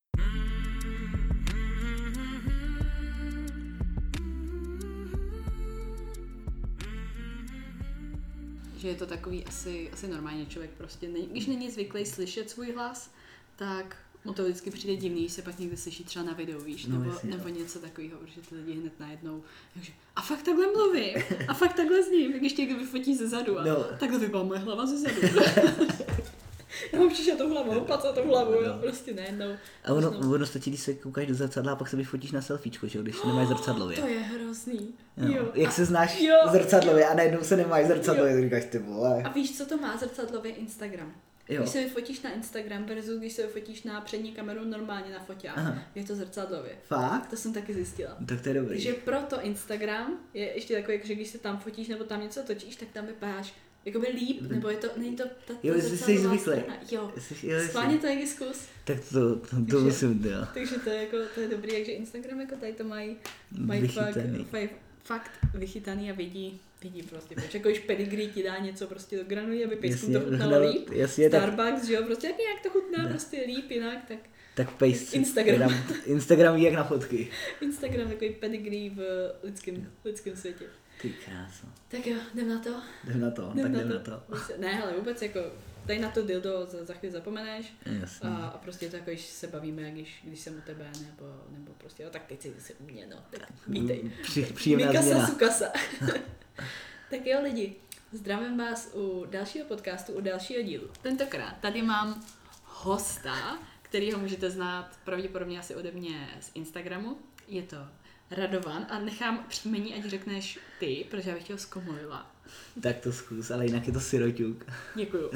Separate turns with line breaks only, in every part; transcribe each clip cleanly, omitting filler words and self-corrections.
Že je to takový asi normální člověk prostě, když není zvyklý slyšet svůj hlas, tak mu to vždycky přijde divný, když se pak někde slyší třeba na videu, víš, nebo něco takového, protože ty lidi hned najednou, takže, a fakt takhle mluvím, a fakt takhle zním, když tě někdo vyfotí ze zadu a takhle vypadá moje hlava ze zadu. Já mám přišel tou hlavou, pacat tou hlavou, jo, prostě najednou.
A ono stačí, když se koukáš do zrcadla a pak se vyfotíš na selfiečko, že jo, když se nemáš zrcadlově.
To je hrozný.
Jo. Jak se znáš zrcadlově a najednou se nemáš zrcadlově, tak říkáš ty vole.
A víš, co to má zrcadlově? Instagram. Jo. Když se vyfotíš na Instagram versus když se vyfotíš na přední kameru normálně na foťák, je to zrcadlově.
Fakt?
To jsem taky zjistila.
Tak to je dobrý.
Takže proto Instagram je ještě takový, že když se tam fotíš nebo tam něco točíš, tak tam vypadáš jakoby líp, nebo je to, není to ta
jo, jsi zvyklý.
Jo, schválně to je zkus.
Tak to musím, jo.
Takže to je dobrý, takže Instagram jako tady to mají fakt vychytaný a vidí prostě, protože jako když pedigree ti dá něco prostě do granuly, aby pejskům to chutnalo líp, Starbucks, že jo, prostě jak nějak to chutná prostě líp jinak,
tak Instagram ví jak na fotky.
Instagram takový pedigree v lidském světě.
Ty kráso.
Tak jo, jdem na to.
Jdem na to.
Ne, hele, vůbec jako, tady na to dildo za chvíli zapomeneš a prostě je to jako, když se bavíme, když jsem u tebe, nebo prostě, tak teď si u mě, no, tak vítej.
Příjemná změna.
Sukasa. Tak jo lidi, zdravím vás u dalšího podcastu, u dalšího dílu. Tentokrát tady mám hosta, kterýho můžete znát pravděpodobně asi ode mě z Instagramu. Je to Radovan a nechám příjmení, ať řekneš ty, protože já bych tě zkomolila.
Tak to zkus, ale jinak je to siroťuk.
Děkuju.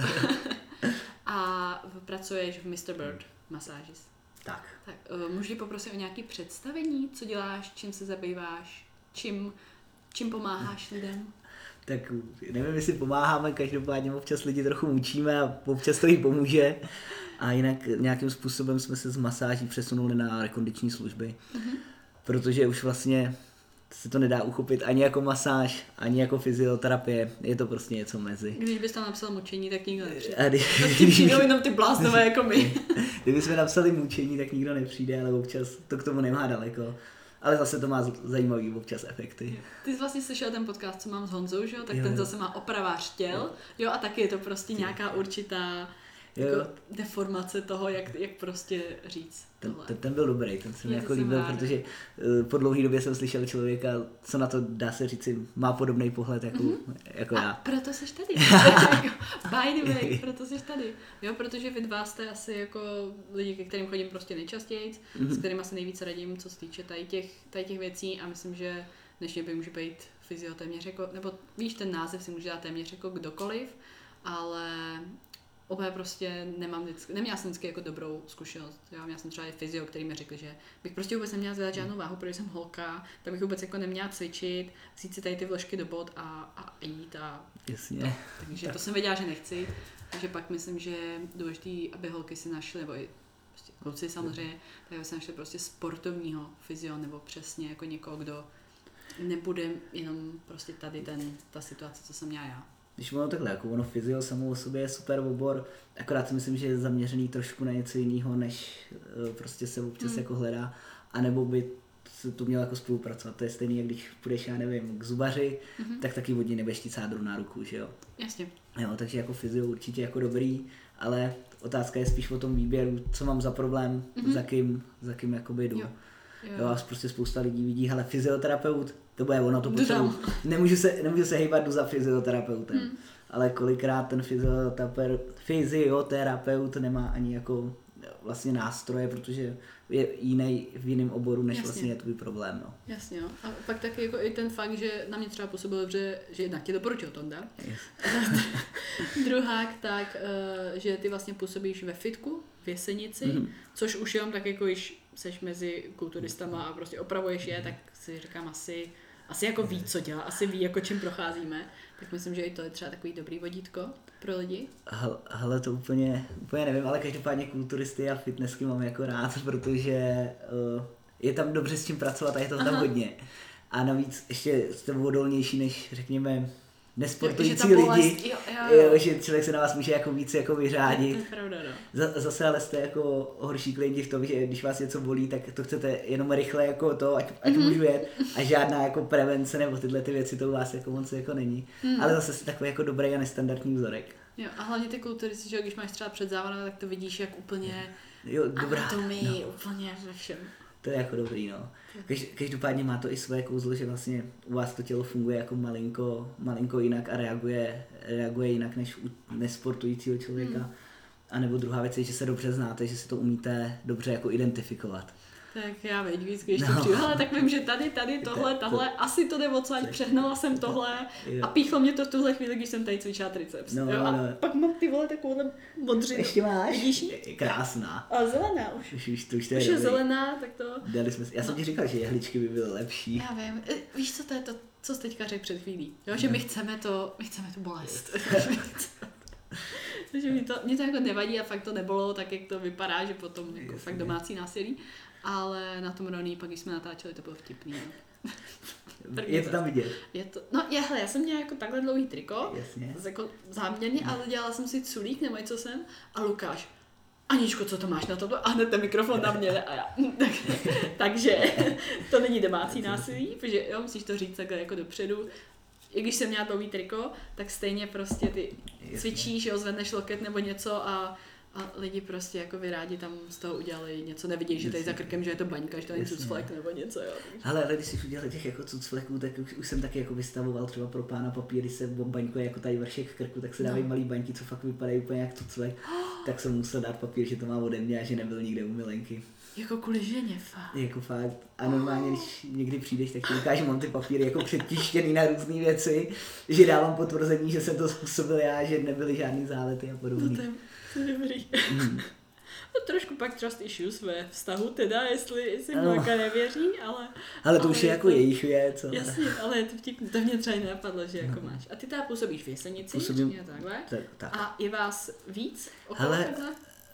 A pracuješ v Mr. Bird Massages.
Tak
můžu poprosit o nějaké představení, co děláš, čím se zabýváš, čím pomáháš lidem?
Tak nevím, jestli pomáháme, každopádně občas lidi trochu mučíme a občas to jí pomůže. A jinak nějakým způsobem jsme se z masáží přesunuli na rekondiční služby. Protože už vlastně se to nedá uchopit ani jako masáž, ani jako fyzioterapie, je to prostě něco mezi.
Když bys tam napsal mučení, tak nikdo nepřijde. Tak ti přijdou jenom ty bláznové jako my.
Kdybychom napsali mučení, tak nikdo nepřijde, ale občas to k tomu nemá daleko. Ale zase to má zajímavý občas efekty.
Ty jsi vlastně slyšel ten podcast, co mám s Honzou, že jo? Tak ten zase má opravář těl, jo, a taky je to prostě nějaká určitá jako deformace toho, jak prostě říct.
Ten byl dobrý, ten se mi jako líbil, protože po dlouhé době jsem slyšel člověka, co na to dá se říci, má podobný pohled jako já.
A proto seš tady. By the way, proto seš tady. Jo, protože vy dva jste asi jako lidi, ke kterým chodím prostě nejčastěji, s kterými se nejvíce radím, co se týče tady těch věcí a myslím, že dnešně by může být fyzio téměř jako, nebo víš, ten název si může dát téměř jako kdokoliv, ale opět prostě neměla jsem vždycky jako dobrou zkušenost. Já měla jsem třeba i fyzio, který mi řekl, že bych prostě vůbec neměla zvedat žádnou váhu, protože jsem holka, tak bych vůbec jako neměla cvičit, vzít si tady ty vložky do bod a jít a
jasně.
Takže to jsem věděla, že nechci, takže pak myslím, že je důležitý, aby holky si našly, nebo i prostě kluci samozřejmě, tak aby si našli prostě sportovního fyzio, nebo přesně jako někoho, kdo nebude jenom prostě tady ta situace, co jsem měla já.
Když ono takhle, jako ono fyzio samou o sobě je super obor, akorát si myslím, že je zaměřený trošku na něco jiného, než prostě se občas jako hledá, anebo by se to mělo jako spolupracovat. To je stejný, jak když půjdeš, já nevím, k zubaři, tak taky od něj nebudeš ti sádru na ruku, že jo?
Jasně.
Jo, takže jako fyzio určitě jako dobrý, ale otázka je spíš o tom výběru, co mám za problém, za kým jakoby jdu. Jo, a prostě spousta lidí vidí, hele, fyzioterapeut, to bude ono, to potřebuji. Nemůžu se hejbat, jdu za fyzioterapeutem. Ale kolikrát ten fyzioterapeut nemá ani jako vlastně nástroje, protože je jiný v jiném oboru, než vlastně je tvůj problém. No.
Jasně, jo. A pak taky jako i ten fakt, že na mě třeba působil dobře, že jednak tě doporučil Tonda. Druhák tak, že ty vlastně působíš ve fitku, v Jesenici, což už jenom tak jako již seš mezi kulturistama a prostě opravuješ je, tak si říkám asi jako ví, co dělá, asi ví, jako čím procházíme, tak myslím, že i to je třeba takový dobrý vodítko pro lidi.
Hele, to úplně nevím, ale každopádně kulturisty a fitnessky mám jako rád, protože je tam dobře s čím pracovat a je to tam hodně. A navíc ještě jste odolnější než, řekněme, nesportující lidi, že člověk se na vás může jako víc jako vyřádit.
To je pravda, no.
Zase ale jste jako horší klienti v tom, že když vás něco bolí, tak to chcete jenom rychle jako to, ať můžu jet a žádná jako prevence nebo tyhle ty věci to u vás jako moc jako není. Ale zase jste takový jako dobrý a nestandardní vzorek.
Jo, a hlavně ty kultury, že když máš třeba před závodem, tak to vidíš jak úplně
anatomii,
úplně ve všem.
To je jako dobrý, no. Každopádně má to i svoje kouzlo, že vlastně u vás to tělo funguje jako malinko jinak a reaguje jinak než u nesportujícího člověka. A nebo druhá věc je, že se dobře znáte, že si to umíte dobře jako identifikovat.
Tak já veď víc, když to přijdu, ale tak vím, že tady, tohle, asi to jde odsaď, přehnala jsem tohle a píchlo mě to v tuhle chvíli, když jsem tady cvičila triceps. A pak mám ty vole takovouhle modřinu.
Ještě máš?
Vidíš?
Krásná.
A zelená už.
Už
je zelená, tak to...
Já jsem ti říkal, že jehličky by byly lepší.
Já vím. Víš, co to je to, co jsi teďka řekl před chvílí? Jo, že my chceme tu bolest. Takže mě to jako nevadí a fakt to nebylo tak, jak to vypadá, že potom jako fakt domácí násilí. Ale na tom Ronii, pak když jsme natáčeli, to bylo vtipný. No.
Je to tam vidět?
Já jsem měla jako takhle dlouhý triko,
Jasně.
Jako záměrně, ale dělala jsem si culík nebo něco jsem a Lukáš, Aničko, co to máš na to? A hned ten mikrofon na mě a já. Takže to není domácí násilí, protože jo, musíš to říct takhle jako dopředu. I když jsem měla dlouhý triko, tak stejně prostě ty cvičíš, jo, zvedneš loket nebo něco a lidi prostě jako vyrádi tam z toho udělali něco, nevidí, že tady za krkem, že je to baňka, že to je cucflek nebo něco, jo.
Ale když jsi udělali těch jako cucfleků, tak už jsem taky jako vystavoval třeba pro pána papíry, se baňkuje jako tady vršek krku, tak se dávají malý baňky, co fakt vypadají úplně jak cucflek, tak jsem musel dát papír, že to má ode mě a že nebyl nikde u milenky.
Jako kvůli ženě, fakt.
Jako fakt. A normálně, když někdy přijdeš, tak ti ukážu, mám ty papíry jako předtištěný na různé věci, že dávám potvrzení, že jsem to způsobil já, že nebyly žádný zálety a podobně.
To je dobrý. No trošku pak trust issues ve vztahu teda, jestli Milka nevěří,
ale to už je jako jejich věc.
Jasně, ale je to vtipný. To mě třeba nenapadlo, že jako máš. A ty teda působíš v Jesenici, takhle.
Tak.
A je vás víc okolo takhle?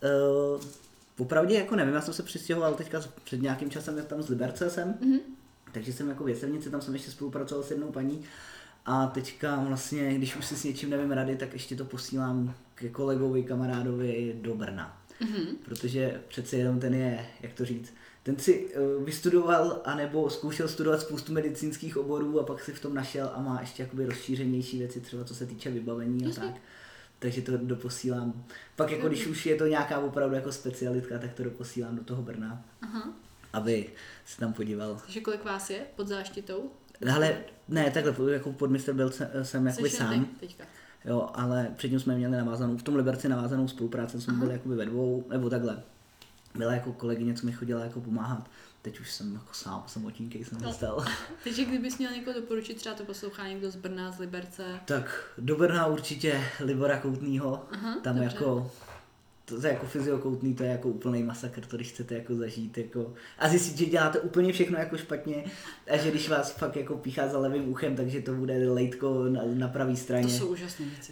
Popravdě jako nevím, já jsem se přistěhoval teďka před nějakým časem tam z Liberce takže jsem jako v Jesenici, tam jsem ještě spolupracoval s jednou paní. A teďka vlastně, když už si s něčím nevím rady, tak ještě to posílám ke kolegovi, kamarádovi do Brna. Protože přece jenom ten je, jak to říct, ten si vystudoval anebo zkoušel studovat spoustu medicínských oborů a pak si v tom našel a má ještě jakoby rozšířenější věci, třeba co se týče vybavení a tak. Takže to doposílám. Pak jako když už je to nějaká opravdu jako specialitka, tak to doposílám do toho Brna, aby se tam podíval.
Takže kolik vás je pod záštitou?
Ale ne, takhle, jako podmistr byl jsem jakoby sám.
Teďka.
Jo, ale předtím jsme měli navázanou, v tom Liberci navázanou spolupráci, jsme byli jakoby ve dvou, nebo takhle. Byla jako kolegyně, co mi chodila jako pomáhat. Teď už jsem jako sám, samotínkej jsem dostal.
Takže kdybys měl někoho doporučit, třeba to poslouchá někdo z Brna, z Liberce?
Tak do Brna určitě Libora Koutnýho, tam dobře. Jako to je jako fyziokoutný, to je jako úplný masakr, to když chcete jako zažít jako a zjistit, že děláte úplně všechno jako špatně a že když vás fakt jako píchá za levým uchem, takže to bude lejtko na pravý straně. To
jsou úžasné věci.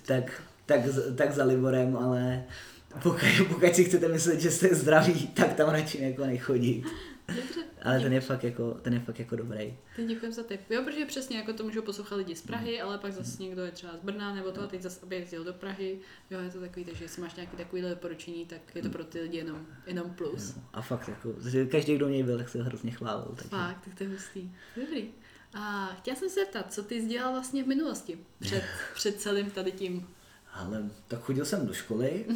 Tak za Liborem, ale pokud si chcete myslet, že jste zdraví, tak tam radši jako nechodit.
Dobře.
Ale ten je fakt jako dobrý.
Teď děkujem za tip. Jo, protože přesně jako to můžou poslouchat lidi z Prahy, ale pak zase někdo je třeba z Brna nebo to a teď zase aby jezdil do Prahy. Jo, je to takový, takže jestli máš nějaké takovéhle doporučení, tak je to pro ty lidi jenom plus.
Jo, a fakt jako, každý, kdo něj byl, tak se ho hrozně chválil. Takže.
Fakt, tak to je hustý. Dobrý. A chtěla jsem se zeptat, co ty jsi dělal vlastně v minulosti před celým tady tím?
Ale tak chodil jsem do školy,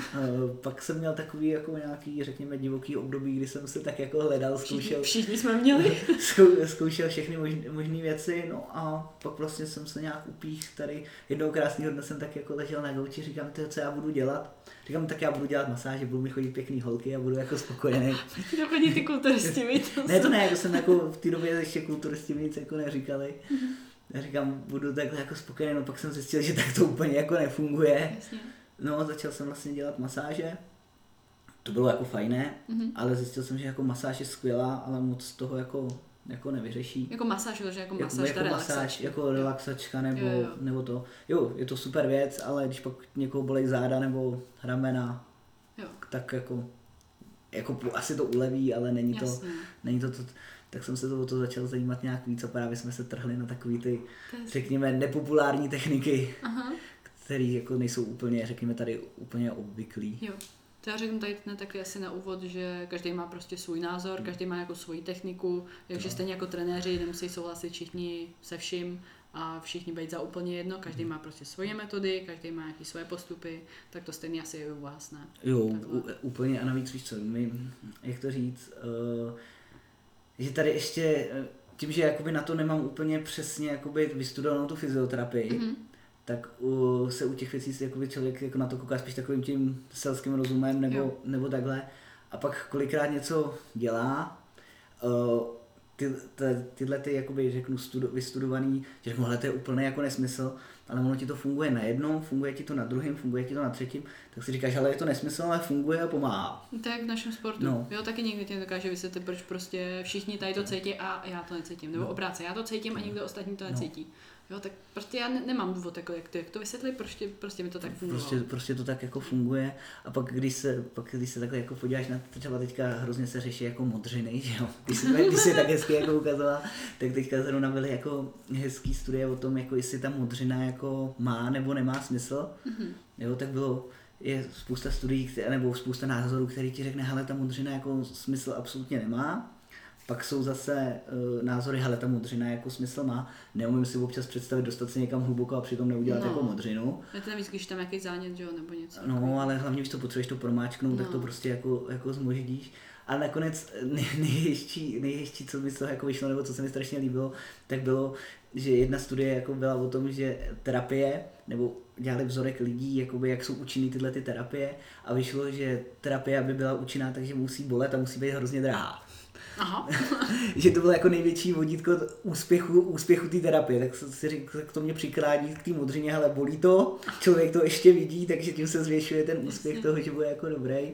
pak jsem měl takový jako nějaký, řekněme, divoký období, kdy jsem se tak jako hledal, zkoušel.
Všichni jsme měli.
Zkoušel všechny možné věci, no a pak vlastně jsem se nějak upích tady. Jednoho krásného dne jsem tak jako ležel na gauči, říkám, co já budu dělat. Říkám, tak já budu dělat masáže, budu mi chodit pěkný holky a budu jako spokojený.
Ty chodí ty kulturisti, víc.
Ne, to ne, to jsem jako v té době ještě kulturisti nic jako neříkali. Já říkám, budu takhle jako spokojený, no pak jsem zjistil, že tak to úplně jako nefunguje.
Jasně.
No, začal jsem vlastně dělat masáže. To bylo jako fajné, ale zjistil jsem, že jako masáž je skvělá, ale moc toho jako nevyřeší.
Jako masáž, že jako masáž, jako
masáž, jako relaxačka nebo to. Jo, je to super věc, ale když pak někoho bolej záda nebo ramena, tak jako jako asi to uleví, ale není to, tak jsem se o to začal zajímat nějak víc a právě jsme se trhli na takový ty, řekněme, nepopulární techniky, které jako nejsou úplně, řekněme tady, úplně obvyklý.
Jo. To já řeknu tady taky asi na úvod, že každý má prostě svůj názor, každý má jako svoji techniku, takže stejně jako trenéři nemusí souhlasit všichni se vším a všichni být za úplně jedno, každý má prostě svoje metody, každý má nějaké svoje postupy, tak to stejně asi je u vás, ne?
Jo, úplně a navíc víš co, jak to říct, že tady ještě tím, že jakoby na to nemám úplně přesně jakoby vystudovanou tu fyzioterapii, tak se u těch věcí jakoby člověk jako na to kouká spíš takovým tím selským rozumem nebo takhle. A pak kolikrát něco dělá, tyhle ty, jakoby řeknu, vystudovaný, že řeknu, hele, to je úplný jako nesmysl, ale ono ti to funguje na jednom, funguje ti to na druhém, funguje ti to na třetím, tak si říkáš, ale je to nesmysl, ale funguje a pomáhá.
Tak v našem sportu. No. Jo, taky někdy ti dokáže vysvětlit, proč prostě všichni tady to cítí a já to necítím. Nebo obráceně, já to cítím a někdo ostatní to necítí. Jo, tak prostě já nemám důvod, jako, jak to vysvětlit, prostě mi to tak funguje.
Prostě to tak jako funguje a pak když se takhle jako podíváš na třeba teďka hrozně se řeší jako modřiny, že jo, když jsi tak hezky jako ukazovala, tak teďka zrovna byly jako hezký studie o tom, jako jestli ta modřina jako má nebo nemá smysl, jo, tak je spousta studií, nebo spousta názorů, který ti řekne, hele, ta modřina jako smysl absolutně nemá. Pak jsou zase názory, hele, ta modřina jako smysl má, neumím si občas představit dostat se někam hluboko a přitom neudělat jako modřinu.
Je to navíc, když tam nějaký zánět, že jo, nebo něco.
No, ale hlavně, když to potřebuješ to promáčknout, tak to prostě jako zmoždíš. A nakonec nejhezčí, co mi z toho jako vyšlo, nebo co se mi strašně líbilo, tak bylo, že jedna studie jako byla o tom, že terapie, nebo dělali vzorek lidí, jakoby, jak jsou účinný tyhle ty terapie a vyšlo, že terapie, aby byla účinná, takže musí bolet a musí být hrozně drahá.
Aha.
Že to bylo jako největší vodítko úspěchu té terapie, tak si řekl, tak to mě přikrádí k té modřině, hele, bolí to, člověk to ještě vidí, takže tím se zvětšuje ten úspěch toho, že bude jako dobrý.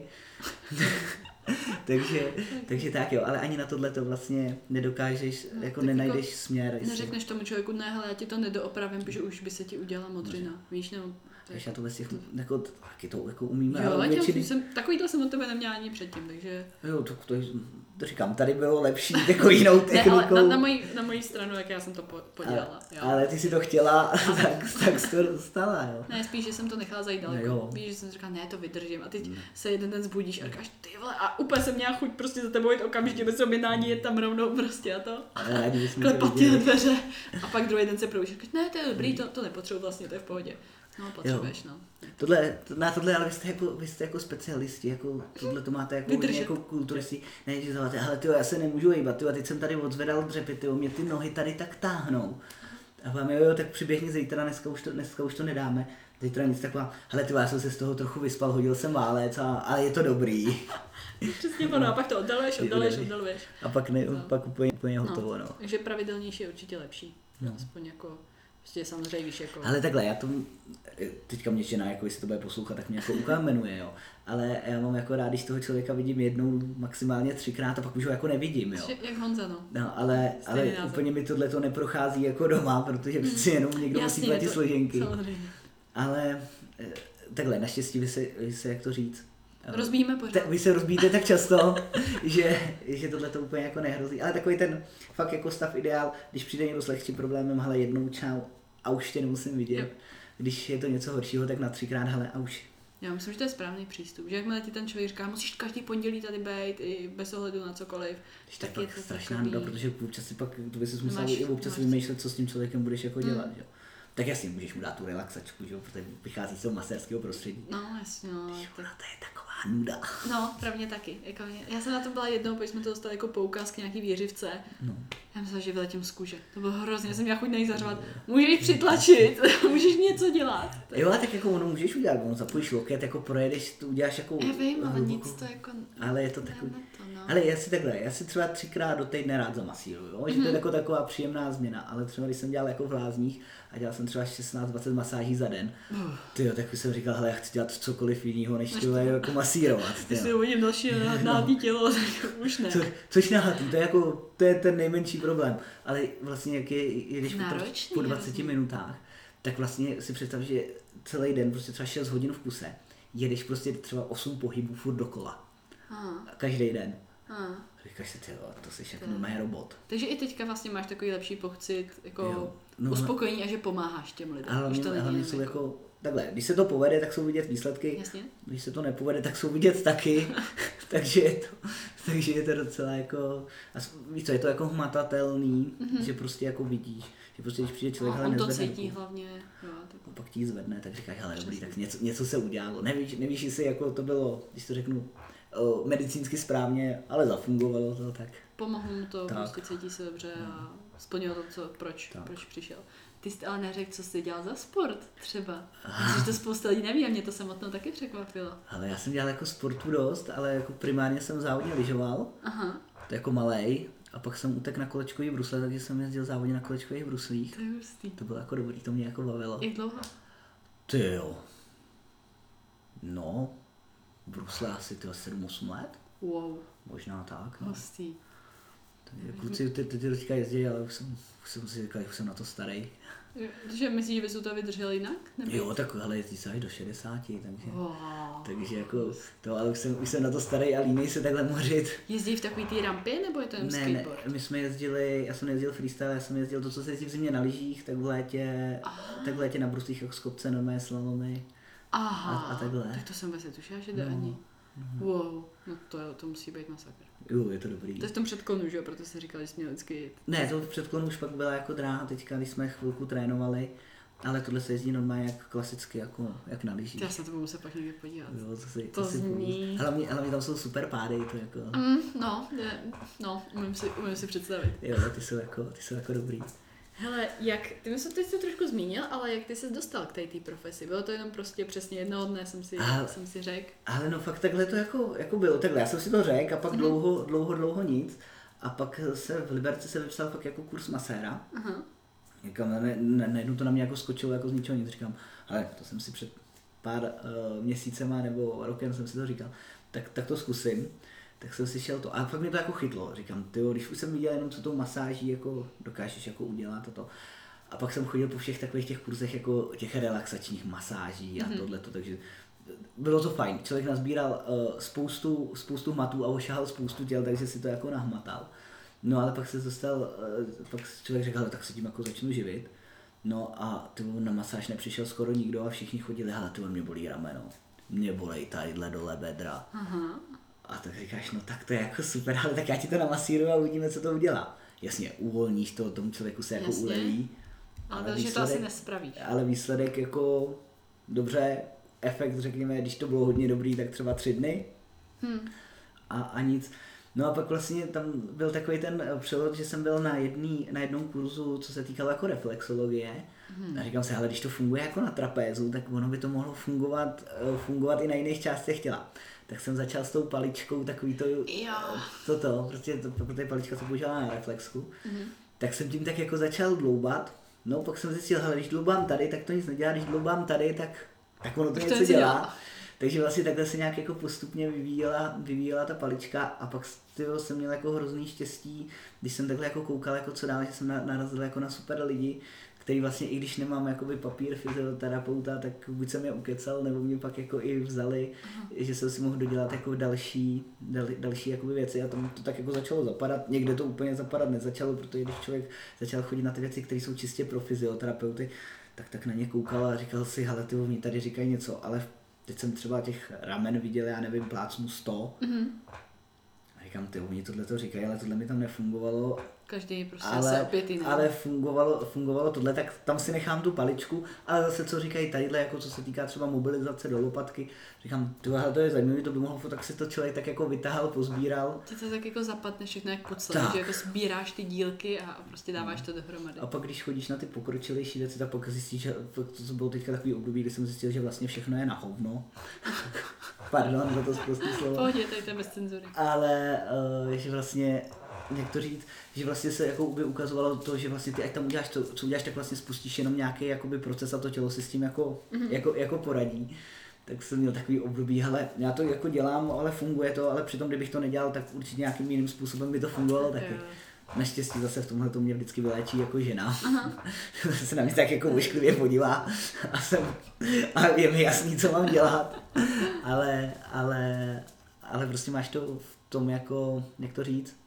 takže tak jo, ale ani na tohle to vlastně nedokážeš, jako nenajdeš jako směr.
Neřekneš tomu člověku, ne, hele, já ti to nedoopravím, protože už by se ti udělala modřina, víš, nebo...
Takže já to vlastně jako, taky to jako umíme.
Jo, takovýhle jsem od tebe neměla ani předtím, takže...
Jo, to říkám, tady bylo lepší jako jinou technikou.
Ne, ale na mojí stranu, jak já jsem to podělala.
Ale ty si to chtěla, tak jsi to dostala, jo.
Ne, spíš, že jsem to nechala zajít daleko. Víš, že jsem říkala, ne, to vydržím. A teď se jeden den zbudíš a říkáš, ty vole, a úplně jsem měla chuť prostě za tebou jít okamžitě bez objednání, je tam rovnou prostě a to. Klepat ti na dveře. A pak druhý den se probudíš a říkáš, ne, to je dobrý, to nepotřebuji vlastně, to je v pohodě. No, potřebuješ, no.
Tohle, ale vy jste jako specialisti, jako tohle to máte jako kulturisti. Ne, že zavoláte, hele tyjo, já se nemůžu hejbat, tyjo, teď jsem tady odzvedal dřepy, tyjo, mě ty nohy tady tak táhnou. A vám jo, tak přiběhni zítra, dneska už to nedáme. Zítra nic taková, hele tyjo, já jsem se z toho trochu vyspal, hodil jsem válec, ale je to dobrý.
Přesně ono, a pak to oddaluješ.
A pak úplně hotovo, no.
Takže pravidelnější je určitě lepší, aspoň jako... Prostě samozřejmě víš jako...
Ale takhle, já to, teďka mě žena, jako jestli to bude poslouchat, tak mě jako ukamenuje, jo. Ale já mám jako rád, když toho člověka vidím jednou, maximálně 3krát a pak už ho jako nevidím, jo.
Jak Honza, no.
No, ale úplně mi tohle to neprochází jako doma, protože přeci jenom někdo musí platit složenky.
Samozřejmě.
Ale takhle, naštěstí vy se jak to říct,
rozbíjíme pořád.
Vy se rozbíjíte tak často, že tohle to úplně jako nehrozí. Ale takový ten fakt jako stav ideál, když přijde někdo s lehčím problémem, hele, jednou čau a už tě nemusím vidět. Jo. Když je to něco horšího, tak na 3krát, hele, a už.
Já myslím, že to je správný přístup. Že jakmile ti ten člověk říká, musíš každý pondělí tady být, i bez ohledu na cokoliv.
Tak je to strašná nuda, protože občas si pak, to by si musel i občas vymýšlet, co s tím člověkem budeš jako dělat, jo. Tak jasně, můžeš mu dát tu relaxačku, že jo, protože vychází z toho masérského prostředí.
No, jasně, no.
To je taková nuda.
No, pro mě taky. Jako já jsem na tom byla jednou, protože jsme to dostali jako poukaz k nějaký věřivce.
No.
Já myslela, že vyletím z kůže. To bylo hrozně, já jsem měla chuť na jí zařvat. Můžeš přitlačit, můžeš něco dělat.
Jo, a tak jako ono můžeš udělat, ono zapojíš loket, jako projedeš, to uděláš jako...
Já vím, ale nic to jako...
Ale je to takový... Ale já si třeba 3krát do týdne rád zamasíruju, jo? Že to je jako taková příjemná změna, ale třeba když jsem dělal jako v Lázních a dělal jsem třeba 16-20 masáží za den, tyjo, tak jsem říkal, hele, já chci dělat cokoliv jiného, než tyhle jako masírovat.
Když si uvidím další nahý tělo, tak už ne.
Což nahatý, to je ten nejmenší problém, ale vlastně jak když po 20 minutách, tak vlastně si představ, že celý den, prostě třeba 6 hodin v kuse, jedeš prostě třeba 8 pohybů furt dokola. Každý den. Říkáš si, tyjo, to jsi jako normální robot.
Takže i teďka vlastně máš takový lepší pocit, jako uspokojení a že pomáháš těm lidem.
Ale jsou jako takhle, když se to povede, tak jsou vidět výsledky.
Jasně.
Když se to nepovede, tak jsou vidět taky. takže je to docela jako, víš co, je to jako hmatatelný, že prostě jako vidíš. Že prostě když přijde člověk, ale nezvedne.
On to cítí hlavně. Jo, tak...
Pak ti zvedne, tak říkáš, hele dobrý, tak něco se udělalo. Nevíš, jestli jako to bylo, když to řeknu, medicínsky správně, ale zafungovalo to tak.
Pomohlo mu to, prostě cítí se dobře a splnilo to, proč přišel. Ty jsi ale neřekl, co jsi dělal za sport třeba. Myslím, že to spousta lidí neví a mě to samotnou taky překvapilo.
Ale já jsem dělal jako sportu dost, ale jako primárně jsem závodně lyžoval. To jako malej. A pak jsem utekl na kolečkový brusle, takže jsem jezdil závodně na kolečkových bruslích.
To je hustý.
To bylo jako dobrý, to mě jako bavilo.
Jak dlouho?
Ty jo. No, brusle asi 7-8 let.
Wow.
Možná tak. No.
Hustý.
Takže kluci ty teďka jezdí, ale už jsem si říkal, že už jsem na to starý.
Takže myslíš, že bys to vydržel jinak? Nebo?
Jo, tak hele, jezdí se až do 60, takže jako to, ale už jsem na to starý a línej se takhle mořit.
Jezdí v takový té rampě, nebo je to jen skateboard?
Ne, my jsme jezdili, já jsem nejezdil freestyle, já jsem jezdil to, co se jezdí v zimě na lyžích, tak v létě na bruslích jako z kopce, normálně slalomy. A takhle.
Tak to jsem vlastně tušila, že jde ani. Wow, no to musí být masakr.
Jo, je to dobrý.
To je v tom předklonu, že jo, proto jsi říkal, že jsi měl vždycky jít.
Ne, to v předklonu už pak byla jako dráha teďka, když jsme chvilku trénovali, ale tohle se jezdí normálně jak klasicky, jako jak na lyžích.
Já se na to musím pak někdy podívat.
Jo,
to zní.
Hlavně tam jsou super pády, to jako.
Umím si představit.
Jo, ty jsou jako dobrý.
Hele, ty jsi to trošku zmínil, ale jak ty jsi dostal k té profesi? Bylo to jenom prostě přesně jednoho dne, jsem si řekl? Ale
no fakt takhle to jako bylo, takhle já jsem si to řekl a pak dlouho nic a pak v Liberci se vypsal fakt jako kurz maséra. Říkám, najednou to na mě jako skočilo jako z ničeho nic, říkám, ale to jsem si před pár měsícema nebo rokem jsem si to říkal, tak to zkusím. Tak jsem si šel to a fakt mě to jako chytlo, říkám, tyjo, když už jsem viděl jenom co tou masáží jako dokážeš jako udělat toto. A pak jsem chodil po všech takových těch kurzech jako těch relaxačních masáží a tohleto, takže bylo to fajn. Člověk nazbíral spoustu hmatů a ošahal spoustu těl, takže si to jako nahmatal. No ale pak pak člověk řekl, tak se tím jako začnu živit. No a na masáž nepřišel skoro nikdo a všichni chodili, hele, mě bolí rameno, mě bolej tadyhle dole bedra. A tak říkáš, no tak to je jako super, ale tak já ti to namasíruju a uvidíme, co to udělá. Jasně, uvolníš to, tomu člověku se jako uleví.
Ale takže to asi nespravíš.
Ale výsledek jako dobře, efekt řekněme, když to bylo hodně dobrý, tak třeba 3 dny. A nic. No a pak vlastně tam byl takový ten přelod, že jsem byl na jednom kurzu, co se týkalo jako reflexologie. A říkám si, ale když to funguje jako na trapézu, tak ono by to mohlo fungovat i na jiných částech těla. Tak jsem začal s tou paličkou takový protože palička se používala na reflexku. Tak jsem tím tak jako začal dloubat. No pak jsem zjistil, hele, když dloubám tady, tak to nic nedělá, když dloubám tady, tak ono to něco dělá. Takže vlastně takhle se nějak jako postupně vyvíjela ta palička a pak jsem měl jako hrozný štěstí, když jsem takhle jako koukal, jako co dál, že jsem narazil jako na super lidi, který vlastně i když nemám jakoby papír fyzioterapeuta, tak buď jsem je ukecal, nebo mě pak jako i vzali, že jsem si mohl dodělat jako další jakoby věci a tam to tak jako začalo zapadat. Někde to úplně zapadat nezačalo, protože když člověk začal chodit na ty věci, které jsou čistě pro fyzioterapeuty, tak na ně koukal a říkal si, hele, ty oni tady říkají něco, ale teď jsem třeba těch ramen viděl, já nevím, plácnu 100. A říkám, ty oni tohle to říkají, ale tohle mi tam nefungovalo.
Každý prostě se opět jiný.
Ale fungovalo tohle, tak tam si nechám tu paličku, ale zase co říkají tadyhle, jako co se týká třeba mobilizace do lopatky, říkám, tohle to je zajímavé, to by mohlo, tak si to člověk tak jako vytahal, pozbíral.
Ty to tak jako zapadne všechno jak pucle, že jako sbíráš ty dílky a prostě dáváš to dohromady.
A pak když chodíš na ty pokročilejší věci, tak pak zjistíš, že to bylo teďka takový období, kdy jsem zjistil, že vlastně všechno je na hovno. Pardon za to prostý slovo.
Pohodě, tady to je bez cenzury.
Ale že vlastně jak to říct, že vlastně se jako ukazovalo to, že vlastně ty ať tam uděláš to, co uděláš, tak vlastně spustíš jenom nějaký jakoby proces a to tělo si s tím jako poradí. Tak jsem měl takový období, hele, já to jako dělám, ale funguje to, ale přitom kdybych to nedělal, tak určitě nějakým jiným způsobem by to fungovalo taky. Naštěstí zase v tomhle to mě vždycky vyléčí jako žena. Se na mě tak jako ošklivě podívá a je mi jasný, co mám dělat. ale prostě máš to v tom jako, jak to říct,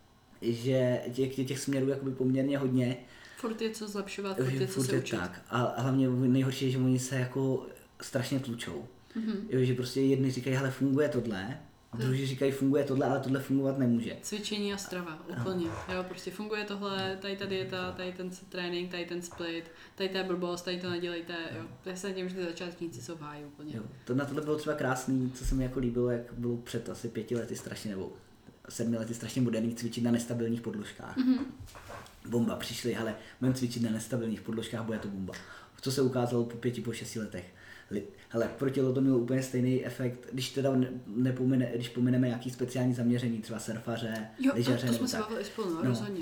že těch směrů jakoby poměrně hodně.
Furt je co zlepšovat, furt je co se učit. Tak.
A hlavně nejhorší je, že oni se jako strašně tlučou. Jo, že prostě jedni říkají, hele, funguje tohle, a druhý říkají, funguje tohle, ale tohle fungovat nemůže.
Cvičení a strava, úplně. Jo, prostě funguje tohle, tady ta dieta, tady ten trénink, tady ten split, tady ta blbost, tady to nedělejte, jo. Já se tím, že ty začátníci jsou v háji úplně.
Jo, na tohle bylo třeba krásný, co se mi jako líbilo, jak bylo před asi 5 lety strašně, nebo 7 lety strašně moderní cvičit na nestabilních podložkách. Bomba, přišli, hele, budeme cvičit na nestabilních podložkách, bude to bomba. Co se ukázalo po 5, po 6 letech. Hele, pro tělo to mělo úplně stejný efekt, když teda když pomineme nějaký speciální zaměření, třeba surfaře, lyžaře,
to jsme se bavili spolu, no, rozhodně.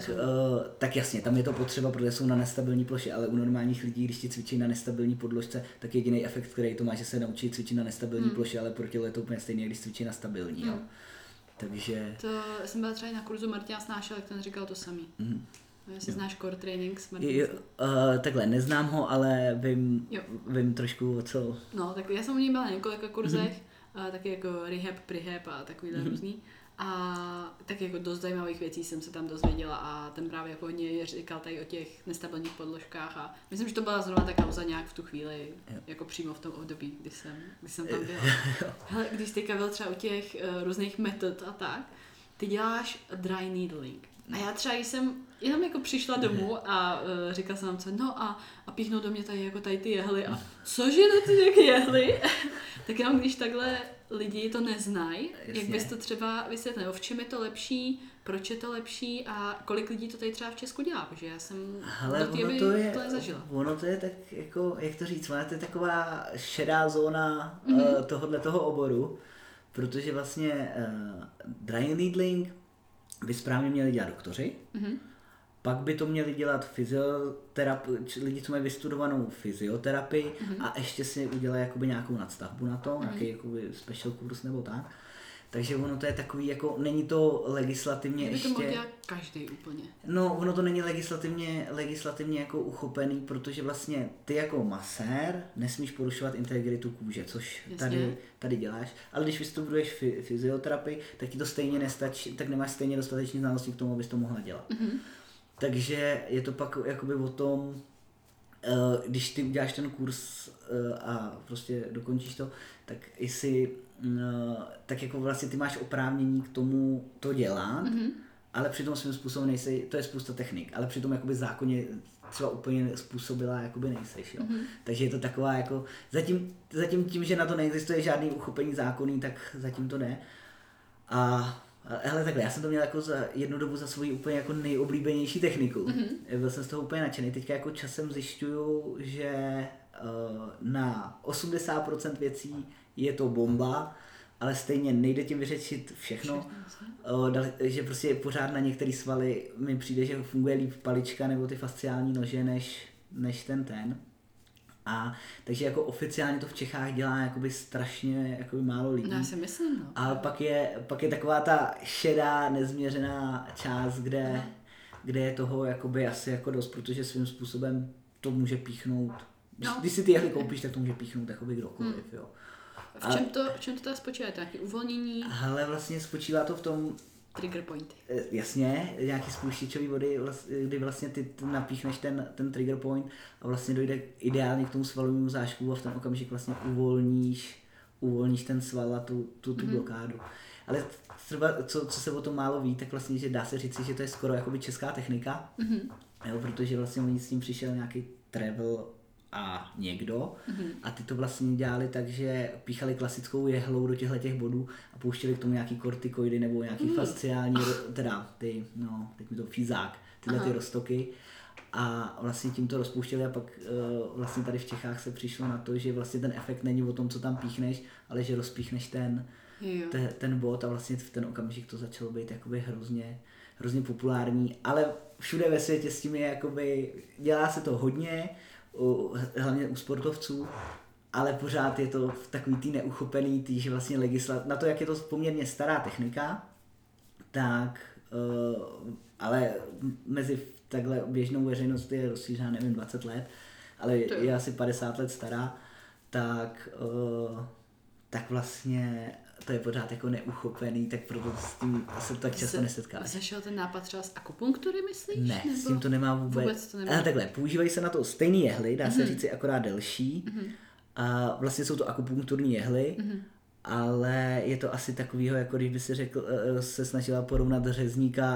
Tak jasně, tam je to potřeba, protože jsou na nestabilní ploše, ale u normálních lidí, když ti cvičí na nestabilní podložce, tak jediný efekt, který to má, že se naučí cvičit na nestabilní ploše, ale pro tělo je to úplně stejné, když cvičí na stabilní. Jo. Takže...
To jsem byla třeba na kurzu Martina Snášel, jak ten říkal to samý. Jestli znáš Core Training s Martinem.
Takhle, neznám ho, ale vím trošku o co.
No, tak já jsem u něj byla na několika kurzech, taky jako rehab, prehab a takovýhle různý. A taky jako dost zajímavých věcí jsem se tam dozvěděla a ten právě jako hodně říkal tady o těch nestabilních podložkách a myslím, že to byla zrovna ta kauza nějak v tu chvíli, jako přímo v tom období, kdy jsem tam byla. Hele, když teďka byl třeba u těch různých metod a tak, ty děláš dry needling. A já třeba jsem jenom jako přišla domů a říkala jsem vám co, no a píchnou do mě tady jako tady ty jehly a cože to ty jak jehly? Tak jenom když takhle lidi to neznají, jak bys to třeba vysvětlil, v čem je to lepší, proč je to lepší a kolik lidí to tady třeba v Česku dělá, protože já jsem to nezažila.
Ono to je tak jako, jak to říct, ono to je taková šedá zóna toho oboru, protože vlastně dry needling by správně měli dělat doktoři, pak by to měli dělat lidi, co mají vystudovanou fyzioterapii a ještě si udělají jakoby nějakou nadstavbu na to, nějaký jakoby special kurz nebo tak. Takže ono to je takový, jako není to legislativně ještě...
to mohl dělat každý úplně.
No, ono to není legislativně jako uchopený, protože vlastně ty jako masér nesmíš porušovat integritu kůže, což tady děláš, ale když vystuduješ fyzioterapii, tak ti to stejně nestačí, tak nemáš stejně dostatečné znalosti k tomu, abys to mohla dělat. Takže je to pak jakoby o tom, když ty uděláš ten kurz a prostě dokončíš to, tak tak jako vlastně ty máš oprávnění k tomu to dělat, ale přitom svým způsobem to je spousta technik, ale přitom jakoby zákonně třeba úplně způsobila jakoby nejseš, jo. Takže je to taková jako, zatím tím, že na to neexistuje žádný uchopení zákonný, tak zatím to jde. Hele, takhle, já jsem to měl jako za jednu dobu za svoji úplně jako nejoblíbenější techniku. Byl jsem z toho úplně nadšený. Teďka jako časem zjišťuju, že na 80% věcí je to bomba, ale stejně nejde tím vyřešit všechno. Že prostě pořád na některé svaly mi přijde, že funguje líp palička nebo ty fasciální nože než ten. A takže jako oficiálně to v Čechách dělá jakoby strašně jakoby málo lidí.
No, já si myslím, no.
A pak je taková ta šedá, nezměřená část, kde je toho jakoby asi jako dost, protože svým způsobem to může píchnout. Když si ty jehly koupíš, tak to může píchnout jakoby kdokoliv, jo.
V čem to teda spočívá? Nějaké uvolnění?
Ale vlastně spočívá to v tom,
trigger pointy.
Jasně, nějaký spouštěčový vody, kdy vlastně ty napíchneš ten trigger point a vlastně dojde ideálně k tomu svalovému zášku a v ten okamžik vlastně uvolníš ten sval a tu blokádu. Ale třeba, co se o tom málo ví, tak vlastně, že dá se říci, že to je skoro jakoby česká technika, jo, protože vlastně oni s tím přišel nějaký travel a někdo a ty to vlastně dělali tak, že píchali klasickou jehlou do těch bodů a pouštěli k tomu nějaký kortikoidy nebo nějaký fasciální, teda ty, no, teď mi to fízák, tyhle ty roztoky a vlastně tím to rozpouštěli a pak vlastně tady v Čechách se přišlo na to, že vlastně ten efekt není o tom, co tam píchneš, ale že rozpíchneš ten bod a vlastně v ten okamžik to začalo být jakoby hrozně populární, ale všude ve světě s tím je jakoby, dělá se to hodně, hlavně u sportovců, ale pořád je to v takový tý neuchopený, že vlastně na to, jak je to poměrně stará technika, tak ale mezi takhle běžnou veřejností je rozšířená, nevím, 20 let, ale je asi 50 let stará, tak vlastně to je pořád jako neuchopený, tak proto s tím se tak často nesetkáš.
Zašel ten nápad třeba z akupunktury, myslíš?
Ne,
nebo?
s tím to nemá vůbec.
To nemá.
Ale takhle, používají se na to stejný jehly, dá se říci akorát delší. A vlastně jsou to akupunkturní jehly, ale je to asi takovýho, jako když by si řekl, se snažila porovnat řezníka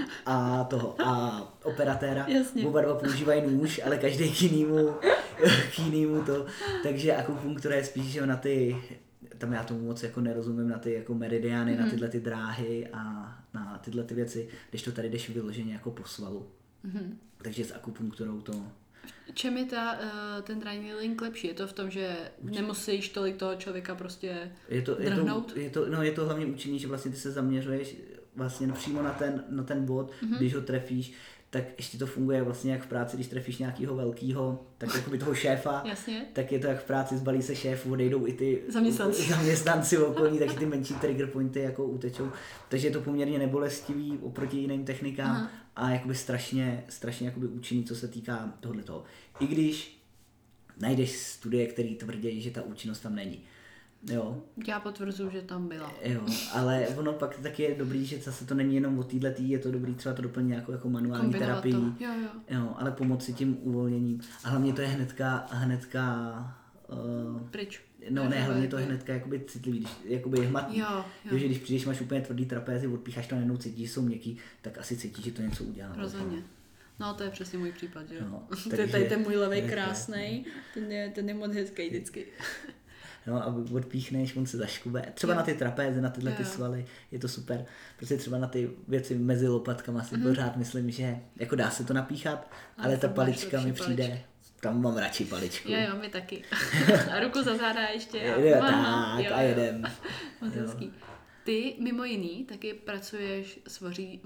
a operatéra.
Jasně.
Oba dva používají nůž, ale každý k jinému to. Takže akupunktura je spíš že na ty, tam já tomu moc jako nerozumím, na ty jako meridiány, na tyhle ty dráhy a na tyhle ty věci, když to tady jdeš vyloženě jako po svalu. Takže s akupunkturou to...
Čem je ten training lepší? Je to v tom, že nemusíš tolik toho člověka prostě drhnout?
Je to hlavně účinný, že vlastně ty se zaměřuješ vlastně přímo na ten bod, když ho trefíš, tak ještě to funguje vlastně jak v práci, když trefíš nějakého velkého, tak jako by toho šéfa, tak je to jak v práci, zbalí se šéf, odejdou i ty zaměstnanci okolní, takže ty menší trigger pointy jako utečou. Takže je to poměrně nebolestivý oproti jiným technikám a jakoby strašně jakoby účinný, co se týká tohoto. I když najdeš studie, které tvrdí, že ta účinnost tam není. Jo.
Já potvrzuji, že tam byla.
Jo, ale ono pak taky je dobrý, že zase to není jenom o této, je to dobrý třeba to doplnit nějakou jako manuální terapii. Jo, ale pomoci tím uvolněním. A hlavně to je hnedka
pryč.
No ne, hlavně to je hnedka jakoby citlivý, když jakoby je hmatný. Jo, že když přijdeš, máš úplně tvrdý trapézy, odpícháš to a najednou cítíš, že jsou měkký, tak asi cítíš, že to něco udělá.
Rozhodně. No to je přesně můj případ, že jo.
No,
to je tady ten můj levej krásnej, ten je moc hezký vždycky.
No a odpíchneš, on se zaškube. Třeba na ty trapézy, na tyhle ty svaly, je to super. Prostě třeba na ty věci mezi lopatkama si pořád myslím, že jako dá se to napíchat, ale ta palička mi přijde, tam mám radši paličku.
Jo, my taky. A ruku za záda ještě.
A jedem.
Moc hezký. Ty mimo jiný taky pracuješ s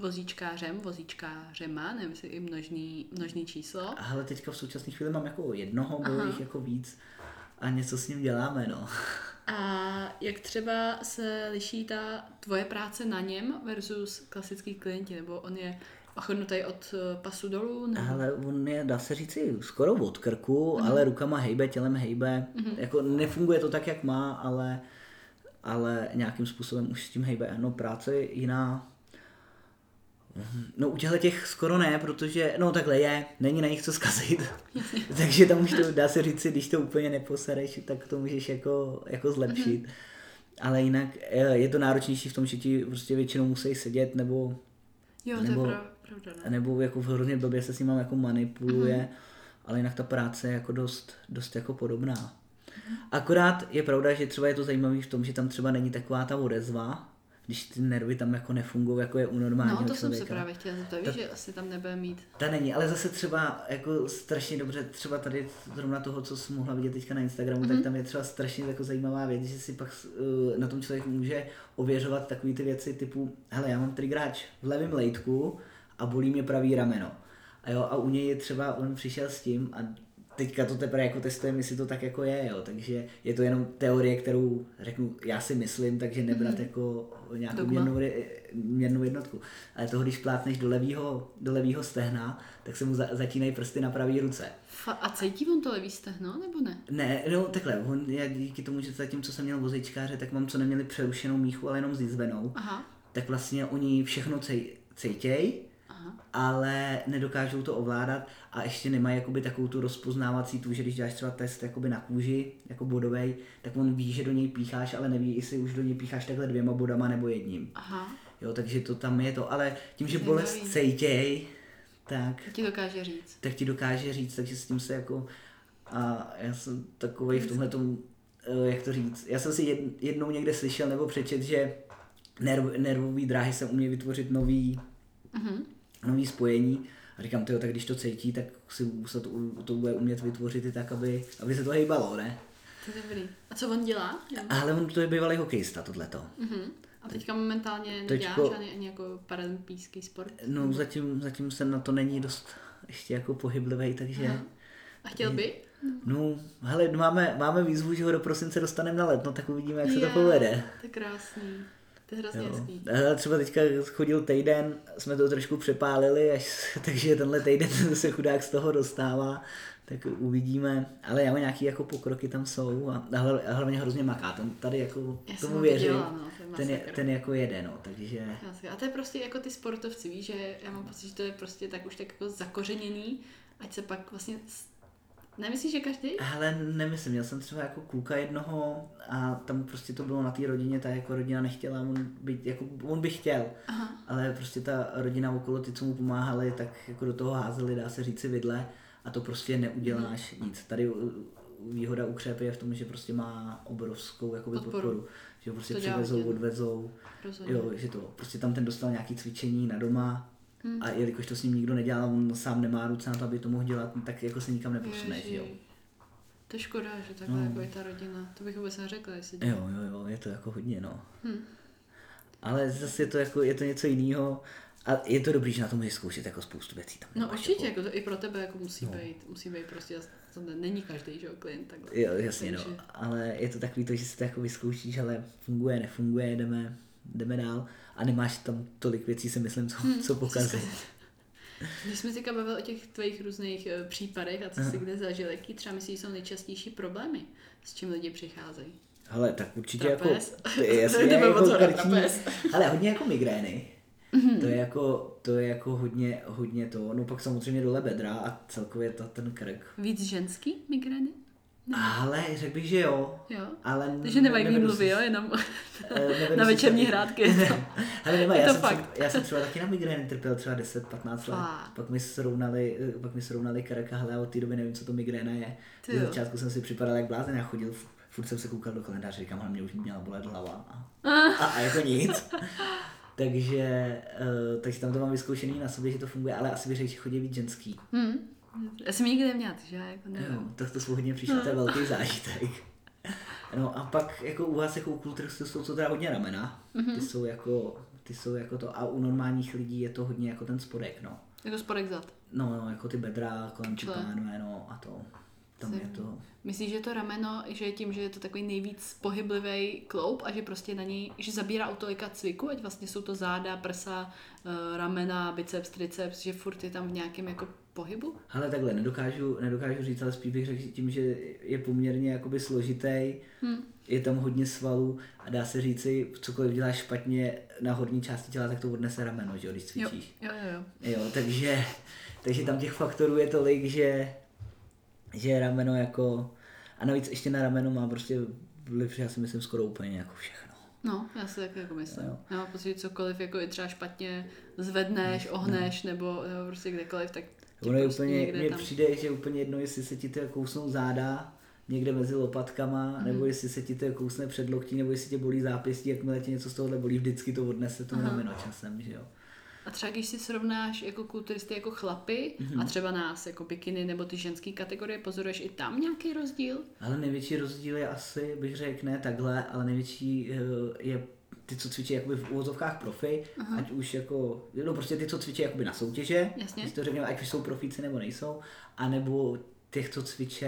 vozíčkářema, nevím, jestli i množný číslo.
Ale teďka v současné chvíli mám jako jednoho, bylo jich jako víc. A něco s ním děláme, no.
A jak třeba se liší ta tvoje práce na něm versus klasický klienti, nebo on je ochrnutý od pasu dolů? Nebo?
Ale on je, dá se říci, skoro od krku, ale rukama hejbe, tělem hejbe. Jako nefunguje to tak, jak má, ale nějakým způsobem už s tím hejbe. No práce je jiná. No u těch skoro ne, protože, no takhle není na nich co zkazit. Takže tam už to dá se říct, když to úplně neposereš, tak to můžeš jako zlepšit. Ale jinak je to náročnější v tom, že ti prostě většinou musí sedět, nebo
pravda, no.
Nebo jako hrozně blbě se s ním jako manipuluje, ale jinak ta práce je jako dost jako podobná. Akorát je pravda, že třeba je to zajímavý v tom, že tam třeba není taková ta odezva, když ty nervy tam jako nefungují, jako je u normálního člověka.
No to jsem se právě chtěla zeptat, víš, že asi tam nebude mít.
Ta není, ale zase třeba jako strašně dobře, třeba tady zrovna toho, co jsem mohla vidět teďka na Instagramu, tak tam je třeba strašně jako zajímavá věc, že si pak na tom člověk může ověřovat takové ty věci typu, hele, já mám trigráč v levém lejtku a bolí mě pravý rameno. A u něj je třeba, on přišel s tím a teďka to teprve jako testujeme, jestli to tak jako je, jo. Takže je to jenom teorie, kterou řeknu, já si myslím, takže nebrat jako nějakou měrnou jednotku. Ale toho, když plátneš do levýho stehna, tak se mu začínají prsty na pravý ruce.
A cítí on to levý stehno, nebo ne?
Ne, no takhle, já díky tomu, že zatím, co jsem měl vozíčkáře, tak mám co neměli přerušenou míchu, ale jenom zjizvenou. Tak vlastně oni všechno cítěj, ale nedokážou to ovládat a ještě nemají jakoby takovou tu rozpoznávací tu, že když dáš třeba test jakoby na kůži, jako bodovej, tak on ví, že do něj pícháš, ale neví, jestli už do něj pícháš takhle 2 bodama nebo 1. Jo, takže to tam je to, ale tím, že bolest cítěj, tak ti dokáže říct, takže s tím se jako, a já jsem takovej v tomhletom, jak to říct, já jsem si jednou někde slyšel nebo přečet, že nervové dráhy se umějí vytvořit nový spojení a říkám, tak když to cítí, tak si to bude umět vytvořit i tak, aby se to hejbalo, ne?
To je dobrý. A co on dělá?
Ale on to je bývalý hokejista, tohleto.
A teďka momentálně nedělá žádný jako paralympijský sport?
No zatím jsem na to není dost ještě jako pohyblivý, takže...
A chtěl by?
No, hele, máme výzvu, že ho do prosince dostaneme na let, no tak uvidíme, jak se to povede.
To je krásný. To je hrozně hezký.
Třeba teďka chodil týden, jsme to trošku přepálili, takže tenhle týden se chudák z toho dostává, tak uvidíme, ale já nějaký jako pokroky tam jsou a hlavně hrozně maká, ten tady jako tomu věřím, ten jako jede, no, takže...
A to je prostě jako ty sportovci, víš, že já mám pocit, že to je prostě tak už tak jako zakořeněný, ať se pak vlastně... Nemyslíš, že každý?
Ale nemyslím, měl jsem třeba jako kluka jednoho a tam prostě to bylo na té rodině, ta jako rodina nechtěla, on by chtěl, ale prostě ta rodina okolo, ty, co mu pomáhali, tak jako do toho házeli, dá se říci, vidle a to prostě neuděláš nic. Tady výhoda u Křépy je v tom, že prostě má obrovskou jakoby podporu, že ho prostě přivezou, odvezou, jo, že to prostě tam ten dostal nějaký cvičení na doma. A jelikož to s ním nikdo nedělal, on sám nemá ruce na to, aby to mohl dělat, tak jako se nikam neposuneš, jo.
To je škoda, že takhle jako je ta rodina, to bych vůbec neřekla, jestli
Jo, je to jako hodně, no. Ale zase je to něco jiného a je to dobrý, že na to můžeš zkoušet jako spoustu věcí tam.
No určitě, jako to i pro tebe jako musí být prostě, to není každý, že jo, klient takhle.
Jo, jasně, takže... no, ale je to takový to, že si to jako vyzkoušíš, ale funguje, nefunguje, jdeme dál a nemáš tam tolik věcí, si myslím, co pokazit.
Když jsme teďka bavili o těch tvojich různých případech a co jsi kde zažil, jaký třeba myslíš jsou nejčastější problémy, s čím lidi přicházejí?
Hele, tak určitě
trapez.
Ale hodně jako migrény. To je jako hodně to, no pak samozřejmě dole bedra a celkově ten krk.
Víc ženský migrény?
Ale řekl bych, že jo. Ale
takže nemají výmluvy, jo, jenom na večerní hrádky.
Ale nemá, já jsem třeba taky na migrény trpěl třeba 10-15 let. Pak mi srovnali krk a hele, od té doby nevím, co to migréna je. Na začátku jsem si připadal jak blázen, já chodil, furt jsem se koukal do kalendáře, říkám, ale mě už měla bolet hlava. A jako nic. Takže tam to mám vyzkoušený na sobě, že to funguje, ale asi bych řekl, že chodí víc ženský.
Já jsem nikdy neměla, takže já jako nevím.
Jo, tak to hodně přišlo, to je velký zážitek. No a pak jako u vás jako u kulturistů jsou teda hodně ramena, ty jsou jako to a u normálních lidí je to hodně jako ten spodek, no.
Jako spodek zad.
No, jako ty bedra, kolem pánve, no a to. Tam je to.
Myslíš, že to rameno, že je tím, že je to takový nejvíc pohyblivý kloub a že prostě na něj, že zabírá o tolika cviku, ať vlastně jsou to záda, prsa, ramena, biceps, triceps, že furt je tam v nějakém jako pohybu?
Hele, takhle, nedokážu říct, ale spíš bych řekl tím, že je poměrně jakoby složitý, je tam hodně svalů a dá se říci, cokoliv děláš špatně na horní části těla, tak to odnese rameno, že jo, když cvičíš. Jo, takže tam těch faktorů je tolik, že rameno jako, a navíc ještě na rameno má prostě vliv, já si myslím skoro úplně jako všechno.
No, já si taky jako myslím. Já mám pocit, cokoliv jako i třeba špatně zvedneš, ohneš nebo prostě kdekoliv, tak
ono je prostě úplně, mně přijde, že úplně jedno, jestli se ti to kousnou záda někde mezi lopatkama, nebo jestli se ti to kousne předloktí, nebo jestli tě bolí zápěstí, jakmile tě něco z tohohle bolí, vždycky to odnese to rameno časem, že jo.
A třeba když si srovnáš jako kulturisty jako chlapy a třeba nás jako bikiny nebo ty ženské kategorie, pozoruješ i tam nějaký rozdíl? Ale největší rozdíl je asi, bych řekl, ne takhle, ale největší je ty, co cvičí jakoby v úvozovkách profi, ať už jako, no prostě ty, co cvičí jakoby na soutěže, si to řekněme, ať už jsou profíci nebo nejsou, anebo těch, co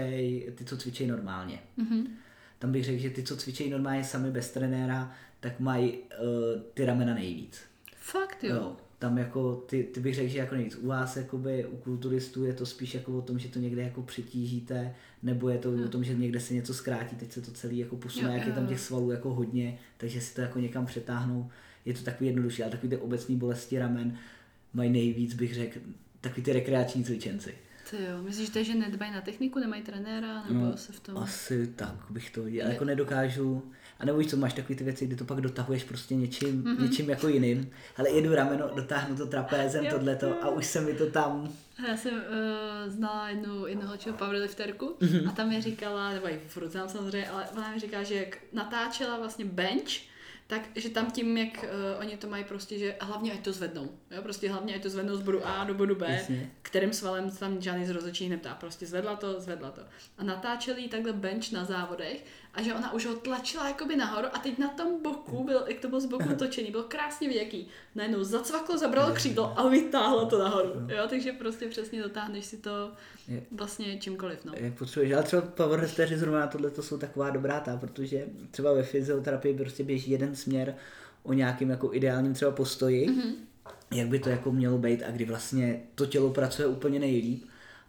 cvičí normálně. Tam bych řekl, že ty, co cvičí normálně sami bez trenéra, tak mají ty ramena nejvíc. Fakt jo.
Tam jako ty bych řekl, že jako nejvíc. U vás jakoby, u kulturistů je to spíš jako o tom, že to někde jako přitížíte, nebo je to o tom, že někde se něco zkrátí, teď se to celý jako posune, jak je tam těch svalů jako hodně, takže si to jako někam přetáhnou. Je to takový jednodušší, ale takový ty obecní bolesti ramen mají nejvíc, bych řekl, takový ty rekreační cvičenci.
Ty jo, myslíš, že nedbají na techniku, nemají trenéra, nebo se v tom...
Asi tak bych to viděl, jako nedokážu. A nebo víš co, máš takový ty věci, kdy to pak dotahuješ prostě něčím jako jiným. Ale jedu rameno, dotáhnu to trapézem, tohleto a už se mi to tam...
Já jsem znala jednoho powerlifterku a tam mi říkala, nebo i furt znám samozřejmě, ale ona mi říká, že jak natáčela vlastně bench, takže tam tím, jak oni to mají prostě, že hlavně ať to zvednou. Jo? Prostě hlavně ať to zvednou z bodu A do bodu B, jasně. Kterým svalem tam žádný z rozhodčích neptá. Prostě zvedla to. A natáčeli jí takhle bench na závodech a že ona už ho tlačila jakoby nahoru a teď na tom boku, jak to bylo z boku točení, bylo krásně věký. Najednou zacvaklo, zabralo křídlo a vytáhlo to nahoru. Jo? Takže prostě přesně dotáhneš si to vlastně čímkoliv. No. Jak
potřebuješ, ale třeba powerlifteri zrovna na tohle jsou taková dobrá protože třeba ve fyzioterapii prostě běží jeden směr o nějakým jako ideálním třeba postoji, jak by to jako mělo být a kdy vlastně to tělo pracuje úplně nejlíp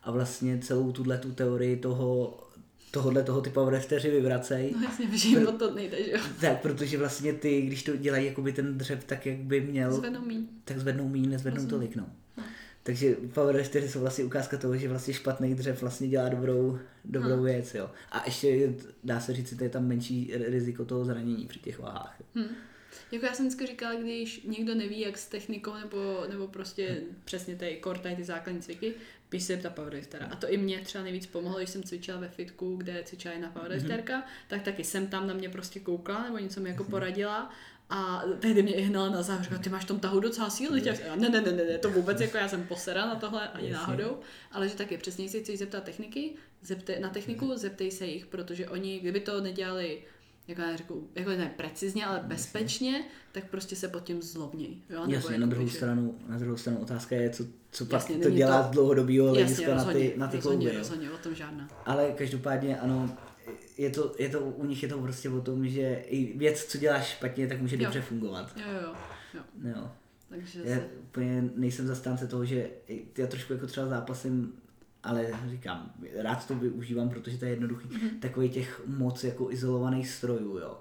a vlastně celou tu teorii toho ty powerlifteři vyvracej.
No jasně, že jim o to nejde, že jo.
Tak, protože vlastně ty, když to dělají jakoby ten dřep tak, jak by měl,
zvednou míň,
nezvednou tolik, no. Takže powerlifteři jsou vlastně ukázka toho, že vlastně špatný dřep vlastně dělá dobrou věc, jo. A ještě dá se říct, že je tam menší riziko toho zranění při těch váhách.
Jako já jsem vždycky říkala, když někdo neví, jak s technikou nebo prostě přesně ty základní cviky, píš se ta powerliftera. A to i mě třeba nejvíc pomohlo, když jsem cvičila ve fitku, kde cvičila jedna powerlifterka, tak taky jsem tam na mě prostě koukala nebo něco mi jako poradila. A tehdy mě i hnala na závěr, říkala, ty máš v tom tahu docela síly. Ne, to vůbec, jako já jsem posera na tohle ani náhodou, ale že taky přesně si chceš zeptat techniku, zeptej se jich, protože oni, kdyby to nedělali jako ne precizně, ale bezpečně, tak prostě se pod tím zlobnějí.
Jasně, na druhou stranu otázka je, co pak to dělá z dlouhodobého hlediska na ty klouby.
Rozhodně, o tom žádná.
Ale každopádně ano, u nich je to prostě o tom, že i věc, co děláš špatně, tak může dobře fungovat. Jo.
Takže
já úplně nejsem zastánce toho, že já trošku jako třeba zápasím, ale říkám, rád to využívám, protože to je jednoduchý, takový těch moc jako izolovaných strojů, jo.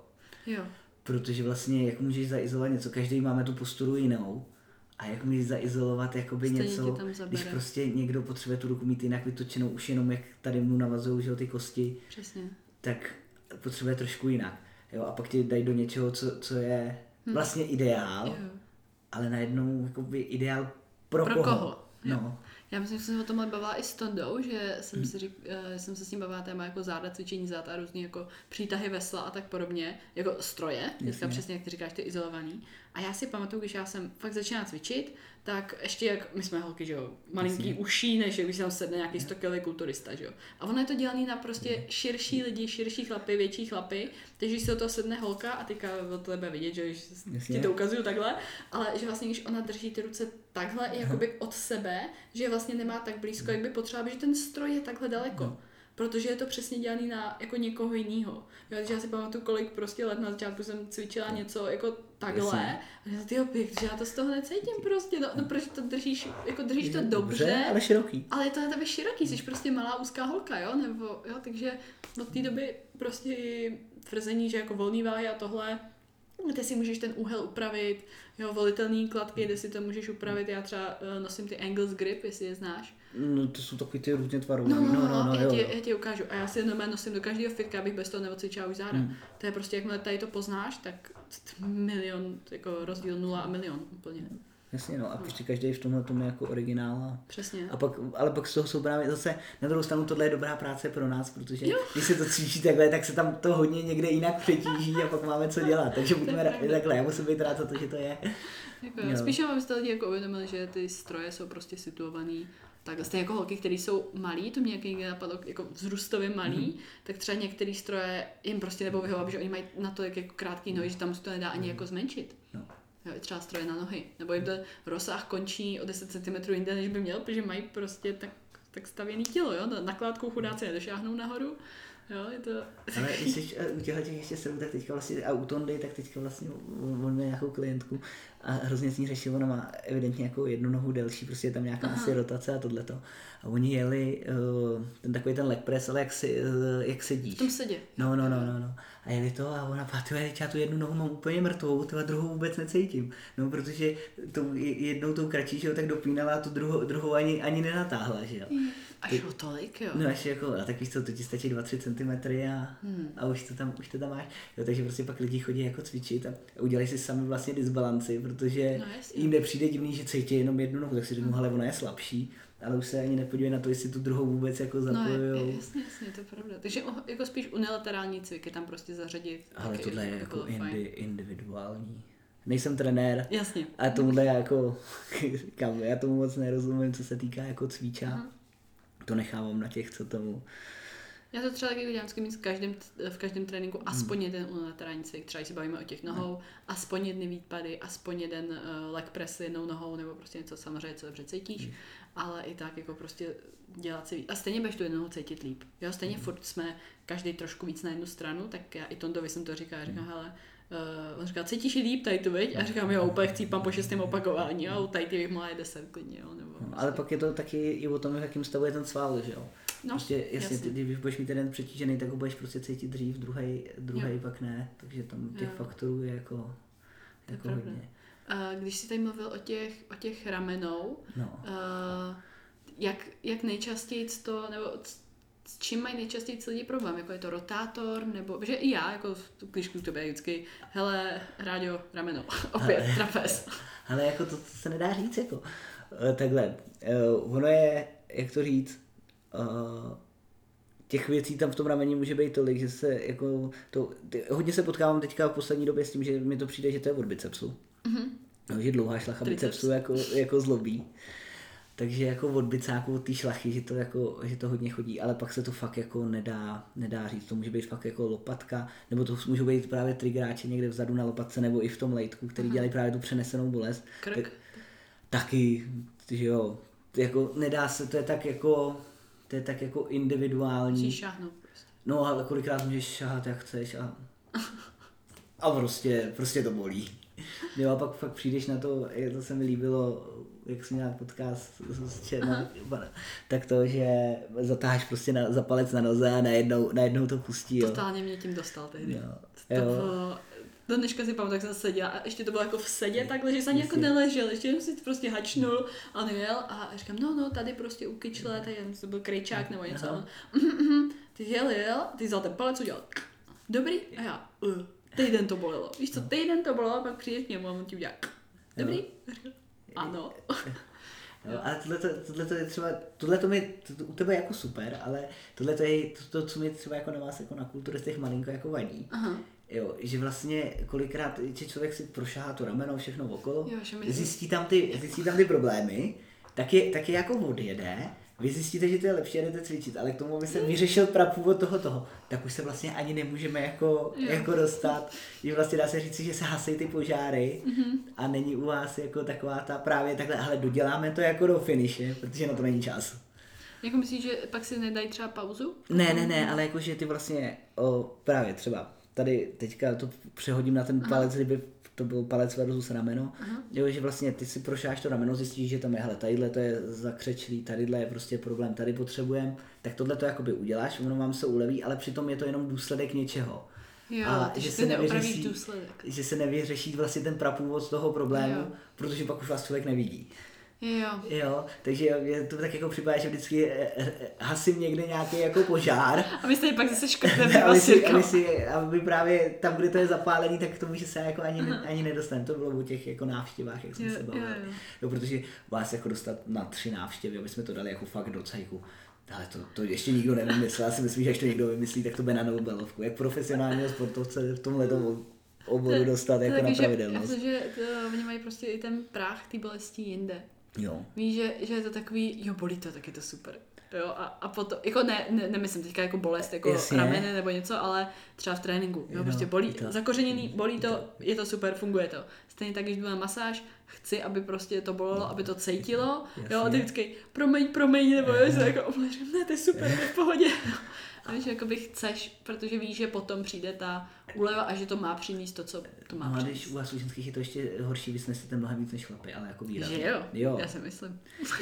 Protože vlastně jak můžeš zaizolovat něco, každý máme tu posturu jinou a jak můžeš zaizolovat jakoby něco, když prostě někdo potřebuje tu ruku mít jinak vytočenou, už jenom jak tady mu navazují, že ty kosti,
přesně.
Tak potřebuje trošku jinak, jo, a pak ti dají do něčeho, co je vlastně ideál, ale najednou jakoby ideál pro koho? No.
Já myslím, že jsem o tomhle bavila i s Tondou, že jsem se s ním bavila téma jako záda, cvičení zád a různý jako přítahy vesla a tak podobně, jako stroje, dneska přesně jak ty říkáš, ty izolovaný. A já si pamatuju, když já jsem fakt začínala cvičit, tak ještě jak my jsme holky, že jo, malinký uší, než když tam sedne nějaký 100 kg kulturista, že jo. A ono je to dělané na prostě širší lidi, širší chlapy, větší chlapy, takže když se do toho sedne holka a teďka od tebe vidět, že ti to ukazuju takhle, ale že vlastně když ona drží ty ruce takhle jakoby od sebe, že vlastně nemá tak blízko, jak by potřebovala, že ten stroj je takhle daleko. Protože je to přesně dělaný na jako někoho jiného. Já si pamatuju, kolik prostě let na začátku jsem cvičila něco jako takhle. A já tyjo, že já to z toho necítím prostě. No protože to držíš to dobře,
ale široký.
Ale je to na tebe široký, jsi prostě malá úzká holka, jo? Nebo, jo? Takže od té doby prostě tvrzení, že jako volný váhy a tohle, kde si můžeš ten úhel upravit, jo, volitelný kladky, kde si to můžeš upravit. Já třeba nosím ty Angles Grip, jestli je znáš.
No to jsou takový ty různě tvarové.
Já ti ukážu. A já si je normálně nosím do každého fitka, abych bez toho neodcvičila už záda. To je prostě, jakmile tady to poznáš, tak milion, jako rozdíl 0 a milion úplně.
Jasně, no a prostě každý v tomhle tomu je jako originál.
Přesně.
Ale pak z toho jsou právě zase, na druhou stranu tohle je dobrá práce pro nás, protože když se to cvičí takhle, tak se tam to hodně někde jinak přetíží a pak máme co dělat. Takže buďme takhle, já musím být rád za to, že to je.
Jako, spíš abyste lidi jako uvědomili, že ty stroje jsou prostě situovaný tak stejně jako holky, které jsou malí, to mě někdy napadlo jako vzrůstově malí, tak třeba některé stroje jim prostě nebudou vyhovovat, že oni mají na to jako krátký nohy, že tam se to nedá ani jako zmenšit. Jo, třeba stroje na nohy. Nebo jim ten rozsah končí o 10 cm jinde, než by měl, protože mají prostě tak stavěný tělo, jo. Na nakládku chudáci nedošáhnou nahoru. Jo, je to...
Ale když jsi u těchto ještě sedm, tak teďka vlastně, a u Tondy, tak teďka vlastně on měl nějakou klientku a hrozně s ní řešil, ona má evidentně jako jednu nohu delší, prostě je tam nějaká asi rotace a tohleto. A oni jeli takový ten leg press, ale jak sedíš.
V tom sedě.
No. A jeli to a ona pátuje, já tu jednu nohu mám úplně mrtvou, tu druhou vůbec necítím. No, protože jednou tou kratší, že jo, tak dopínala a tu druhou ani nenatáhla, že jo.
Až o tolik, jo.
No až jako, a tak víš co, to ti stačí 2-3 cm a už to tam máš. Jo, takže prostě pak lidi chodí jako cvičit a udělají si sami vlastně disbalanci, protože jim nepřijde divný, že cítí jenom jednu nohu, tak si řeknu, ale ona je slabší, ale už se ani nepodívají na to, jestli tu druhou vůbec jako zapojujou.
No jasně, to je pravda. Takže jako spíš unilaterální cviky tam prostě zařadit.
Ale tohle je jako individuální. Nejsem trenér.
Jasně.
A tomuhle jako, říkám, já tomu moc nerozumím, co se týká jako cviča. To nechávám na těch, co tomu...
Já to třeba taky udělám mít v každém tréninku aspoň jeden unilaterální cvik, třeba když se bavíme o těch nohou, aspoň jedny výpady, aspoň jeden leg press jednou nohou, nebo prostě něco samozřejmě, co dobře cítíš, ale i tak jako prostě dělat si víc. A stejně budeš tu jednou cítit líp. Jo, stejně furt jsme každý trošku víc na jednu stranu, tak já i Tondovi jsem to říkala, hele, on říká, cítíš líp tady tu, viď? A říkám, jo, úplně chcípám po 6. opakování, jo, tady ty bych mohla jít 10 klidně, jo, nebo...
No, ale pak je to taky i o tom, v jakém stavu je ten sval, že jo?
No,
prostě jasně. Když budeš mít jeden přetížený, tak ho budeš prostě cítit dřív, druhý pak ne, takže tam těch faktorů je jako hodně.
Když jsi tady mluvil o těch ramenou, jak nejčastěji to, nebo s čím mají nejčastěji lidi problém, jako je to rotátor, nebo, že i já, jako tu knížku to bude vždycky, hele, rádio, rameno, opět, trapez.
Ale jako to se nedá říct, jako takhle, ono je, jak to říct, těch věcí tam v tom rameni může být tolik, že se jako, hodně se potkávám teďka v poslední době s tím, že mi to přijde, že to je od bicepsu. No, že dlouhá šlacha bicepsu jako zlobí. Takže jako od bicáku, od té šlachy, že to hodně chodí, ale pak se to fakt jako nedá říct. To může být fakt jako lopatka, nebo to můžou být právě triggeráči někde vzadu na lopatce, nebo i v tom lejtku, který dělají právě tu přenesenou bolest.
Krk?
Taky, že jo, jako nedá se, to je tak jako individuální.
Musíš šáhnout prostě.
No ale kolikrát můžeš šahat jak chceš a prostě to bolí. Jo, a pak přijdeš na to, to se mi líbilo, jak jsem měl podcast s Černou, tak to, že zatáháš prostě za palec na noze a najednou to pustí. Jo.
Totálně mě tím dostal tehdy.
Jo.
Do dneška si pamatuju, jak jsem seděla a ještě to bylo jako v sedě takhle, že jsem ani jako neležel, ještě jsem si prostě hačnul a nejel a říkám, no, tady prostě u kyčle, tady to byl krejčák nebo něco. Ty jel, ty vzal ten palec, udělal dobrý a já, týden to bolelo. Víš co, týden to bolelo, pak přijdeš k němu a on ti udělá dobrý? Ano.
Jo, ale tohle je třeba, u tebe je jako super, ale tohle je to, co mi třeba jako na vás jako na kulturistech malinko jako vadí. Aha. Jo, že vlastně kolikrát, že člověk si prošahá to rameno, všechno okolo, zjistí tam ty problémy, tak je jako odjede, vy zjistíte, že to je lepší a jdete cvičit, ale k tomu, aby se vyřešil prapůvod toho, tak už se vlastně ani nemůžeme jako dostat, že vlastně dá se říct, že se hasejí ty požáry a není u vás jako taková ta právě takhle, ale doděláme to jako do finiše, protože na to není čas.
Jako myslíš, že pak si nedají třeba pauzu?
Ne, ale jakože ty vlastně právě třeba tady teďka to přehodím na ten palec, kdyby to byl palec versus rameno, jo, že vlastně ty si prošáš to rameno, zjistíš, že tam je, hele, tadyhle to je zakřečlý, tadyhle je prostě problém, tady potřebujeme, tak tohle to jakoby uděláš, ono vám se uleví, ale přitom je to jenom důsledek něčeho.
Jo,
a že se nevyřeší vlastně ten prapůvod toho problému, protože pak už vás člověk nevidí. Jo, takže je to tak jako připadá, že vždycky hasím někde nějaký jako požár.
A my se pak zase škrtneme
aby právě tam, kde to je zapálený, tak k tomu, že se jako ani nedostaneme. To bylo o těch jako návštěvách, jak jsme se bavili. Jo, protože vás jako dostat na 3 návštěvy, aby jsme to dali jako fakt do cajku. Ale to ještě nikdo nevymyslel, já si myslím, že až to někdo vymyslí, tak to bude na Nobelovku. Jak profesionálního sportovce v tomhletom oboru dostat jako na pravidelnost.
Takže oni mají prostě i ten práh té bolesti jinde.
Jo.
Víš, že je to takový, bolí to, tak je to super. Jo, a potom, jako nemyslím teďka jako bolest, jako rameny nebo něco, ale třeba v tréninku, jo, prostě bolí, zakořeněný, bolí to, je to super, funguje to. Stejně tak, když jdu na masáž, chci, aby prostě to bolelo, aby to cítilo, jo, a ty vždycky promiň, nebo se jako omlířím, ne, to je super, to je v pohodě. A víš, jakoby chceš, protože víš, že potom přijde ta úleva a že to má přinést to, co to má přinést.
Když u vás u ženských je to ještě horší, vy snesete mnohem víc než chlapy, ale jako výrazně.
Že jo, já si myslím.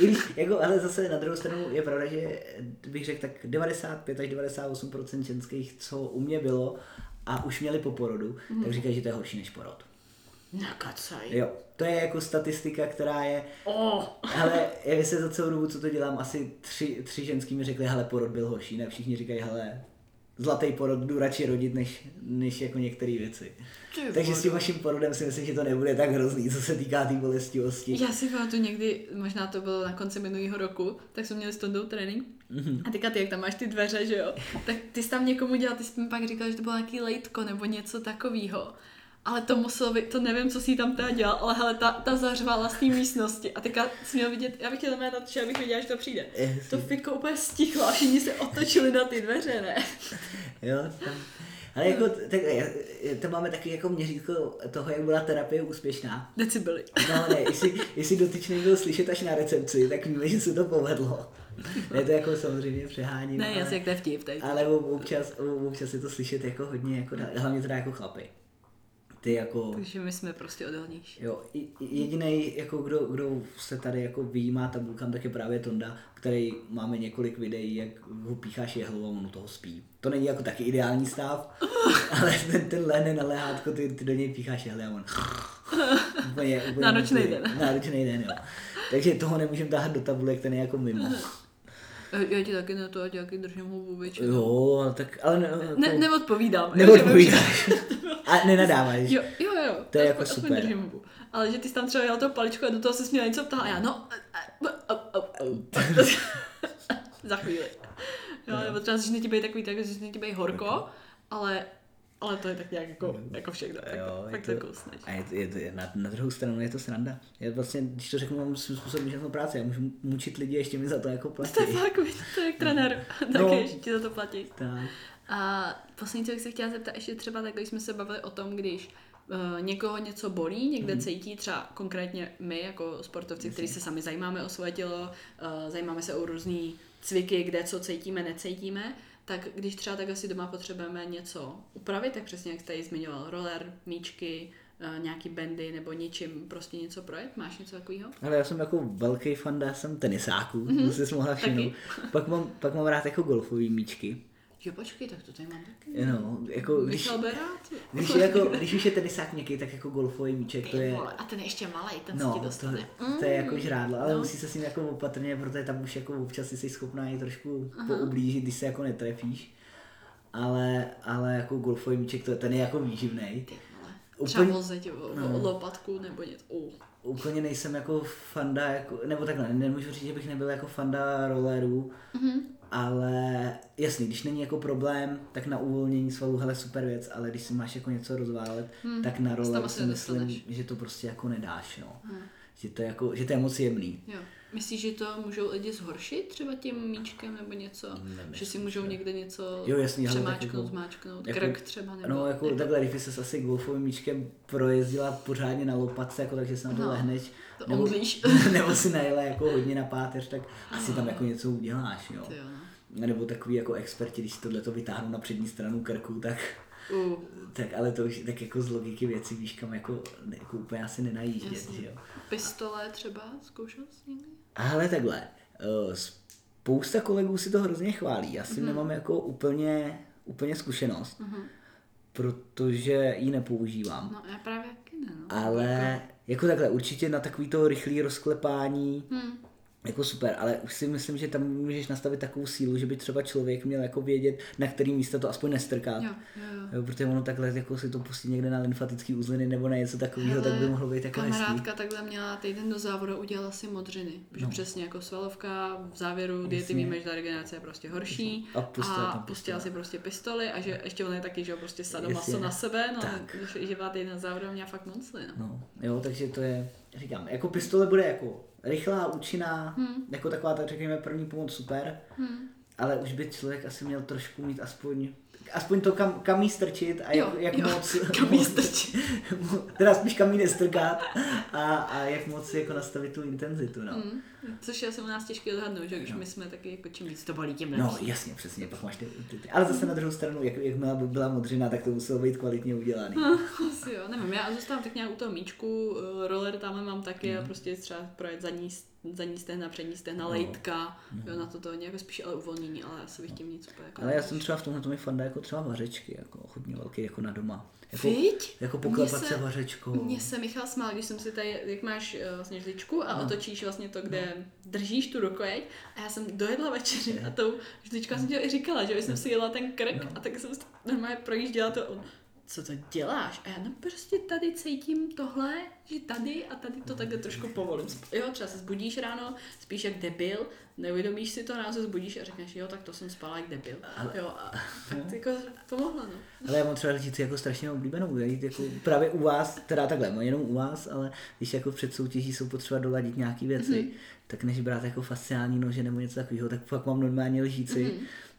Ale zase na druhou stranu je pravda, že bych řekl tak 95 až 98% ženských, co u mě bylo a už měli po porodu, tak říkají, že to je horší než porod.
Nakacaj.
Jo, to je jako statistika, která je... Hele, já se za celou dobu, co to dělám, asi 3 ženský mi řekli, hele, porod byl horší, ne všichni říkají, hele, zlatý porod, jdu radši rodit, než jako některé věci. Takže s tím vaším porodem si myslím, že to nebude tak hrozný, co se týká té bolestivosti.
Já si pamatuju někdy, možná to bylo na konci minulého roku, tak jsme měli s Tondou trénink. A teďka ty, jak tam máš ty dveře, že jo, tak ty jsi tam někomu dělal, ty jsi mi pak říkal, že to bylo nějaký lejtko nebo něco takového. Ale to muselo být, to nevím, co si tam teda dělal, ale hele, ta zařvala z té místnosti a teďka jsi měl vidět, já bych chtěla jmenovat, že abych viděla, že to přijde. To fiko úplně stichlo a všichni se otočili na ty dveře, ne?
Jo, tam. Ale jako, tak, to máme taky jako měřítko toho, jak byla terapie úspěšná.
Decibely.
No ne, jestli dotyčný byl slyšet až na recepci, tak víme, že se to povedlo. Ne, to jako samozřejmě přeháním.
Ne, jasně, jak to je vtip teď.
Ale občas je to slyšet jako hodně, jako, hlavně teda jako chlapy. ty jako...
Takže my jsme prostě odolnější.
Jo, jedinej, jako kdo se tady jako vyjímá tabulkám, tak je právě Tonda, který máme několik videí, jak ho pícháš jehlou a on u toho spí. To není jako taky ideální stav, ale ten lehne na lehátko, ty do něj pícháš jehly a on... úplně
náročný den.
Náročný den, jo. Takže toho nemůžeme táhat do tabulek, ten je jako mimo.
Já ti taky na to, ať jaký držím hubu většinou.
Jo, tak, ale...
Neodpovídám.
Neodpovídáš. A nenadáváš.
Jo.
To je jako super. Držím
hubu. Ale že ty jsi tam třeba jel to paličko a do toho se směl něco ptá a já za chvíli. Jo, nebo třeba začne ti být takový tak, že začne ti být horko, ale to je tak nějak jako všechno. Tak to je kousneš.
A na druhou stranu je to sranda. Já vlastně, když to řeknu, mám svým způsobem úžasnou práci. Já můžu mučit lidi, ještě mi za to jako platí.
To je fakt, to je jak trenér. Taky, že ti za to platí.
Tak.
A poslední, co bych se chtěla zeptat, ještě třeba tak, když jsme se bavili o tom, když někoho něco bolí, někde cítí, třeba konkrétně my jako sportovci, kteří se sami zajímáme o svoje tělo, zajímáme se o různý cviky, kde co cítíme, necítíme, tak když třeba tak asi doma potřebujeme něco upravit, tak přesně jak jste tady zmiňoval, roller, míčky, nějaký bandy nebo něčím prostě něco projet, máš něco takového?
Ale já jsem jako velký fan, jsem tenisáků, to jsi mohla všimnout. Pak mám rád jako golfový míčky.
Jo, počkej, tak to tady mám taky.
No, jako když už je tenisák měkký, tak jako golfový míček, to je...
A ten je ještě malej, ten se ti dostane.
To je jako žrádlo, ale musí se s ním jako opatrně, protože tam už jako občas jsi schopná i trošku poublížit, když se jako netrefíš. Ale jako golfový míček, ten je jako výživnej.
Třeba vozeť o lopatku nebo něco.
Úplně nejsem jako fanda, jako, nebo takhle, nemůžu říct, že bych nebyl jako fanda rollerů, ale jasný, když není jako problém, tak na uvolnění svalů, hele, super věc, ale když si máš jako něco rozválet, tak na roller si myslím, že to prostě jako nedáš, no. Že to je moc jemný.
Jo. Myslíš, že to můžou lidi zhoršit třeba tím míčkem nebo něco? Nemyslím, že si můžou někde něco přemáčknout, zmáčknout, jako, krk třeba? Nebo
no jako takhle, když jsi asi golfovým míčkem projezdila pořádně na lopatce, jako, takže se na to lehneš. Nebo si najela jako hodně na páteř, tak asi tam jako něco uděláš, jo. Nebo takový jako experti, když tohleto vytáhnou na přední stranu krku, tak ale to už tak jako z logiky věcí víš, kam jako úplně asi nenajíždět, že jo.
Pistole třeba zkoušel jsi někdy?
Ale takhle, spousta kolegů si to hrozně chválí, já si nemám jako úplně zkušenost, protože ji nepoužívám.
No já právě taky ne, no.
Ale jako takhle, určitě na takový to rychlý rozklepání, jako super, ale už si myslím, že tam můžeš nastavit takovou sílu, že by třeba člověk měl jako vědět, na který místo to aspoň nestrkat. Jo, protože ono takhle jako si to pustí někde na lymfatický uzliny nebo na něco takového, tak by mohlo být jako hezký.
Kamarádka takhle měla týden do závodu, udělala si modřiny, protože přesně jako svalovka, v závěru diety víme, že ta regenerace je prostě horší a pustila si prostě pistoli a že ještě on je taky, že prostě sadomaso na sebe, no, že byla týden do závodu měla fakt monstly, no. Jo,
takže to je, říkám, jako pistole bude jako rychlá, účinná, jako taková, tak řekněme, první pomoc super, ale už by člověk asi měl trošku mít aspoň to kam jí strčit a jak moc...
Kam jí strčit.
Teda spíš kam jí nestrkat a jak moc jako nastavit tu intenzitu, no.
Což je asi u nás těžké odhadnout, že když my jsme taky jako čím víc to bolí, tím lepší.
No jasně, přesně, pak máš ty. Ale zase na druhou stranu, jak byla modřina, tak to muselo být kvalitně udělaný.
Asi jo, nevím, já zůstávám tak nějak u toho míčku, roller tamhle mám taky a prostě třeba projet zadní stehna, přední stehna, lejtka, jo, na to nějak spíš ale uvolnění, ale asi bych tím nic úplně jako.
Ale já jsem třeba v tomhle mi fanda jako třeba vařečky, jako hodně velký, jako na doma.
Viď?
Jako poklepat se vařečkou.
Mně se Michal smál, když jsem si tady, jak máš vlastně žličku a otočíš vlastně to, kde držíš tu rukojeť a já jsem dojedla večeři a tou žličkou jsem ti i říkala, že jsem si jela ten krk a tak jsem normálně projížděla to. Co to děláš? A já prostě tady cítím tohle, že tady a tady to takhle trošku povolím. Jo, třeba se zbudíš ráno, spíš jak debil, neuvědomíš si to, ráno se zbudíš a řekneš, jo, tak to jsem spala jak debil. Jo, a tak to jako pomohlo, no.
Ale já mám třeba říct jako strašně oblíbenou, jako právě u vás, teda takhle, jenom u vás, ale když jako před soutěží jsou potřeba doladit nějaký věci, tak než brát jako fasciální nože nebo něco takového, tak fakt mám normálně lžíci.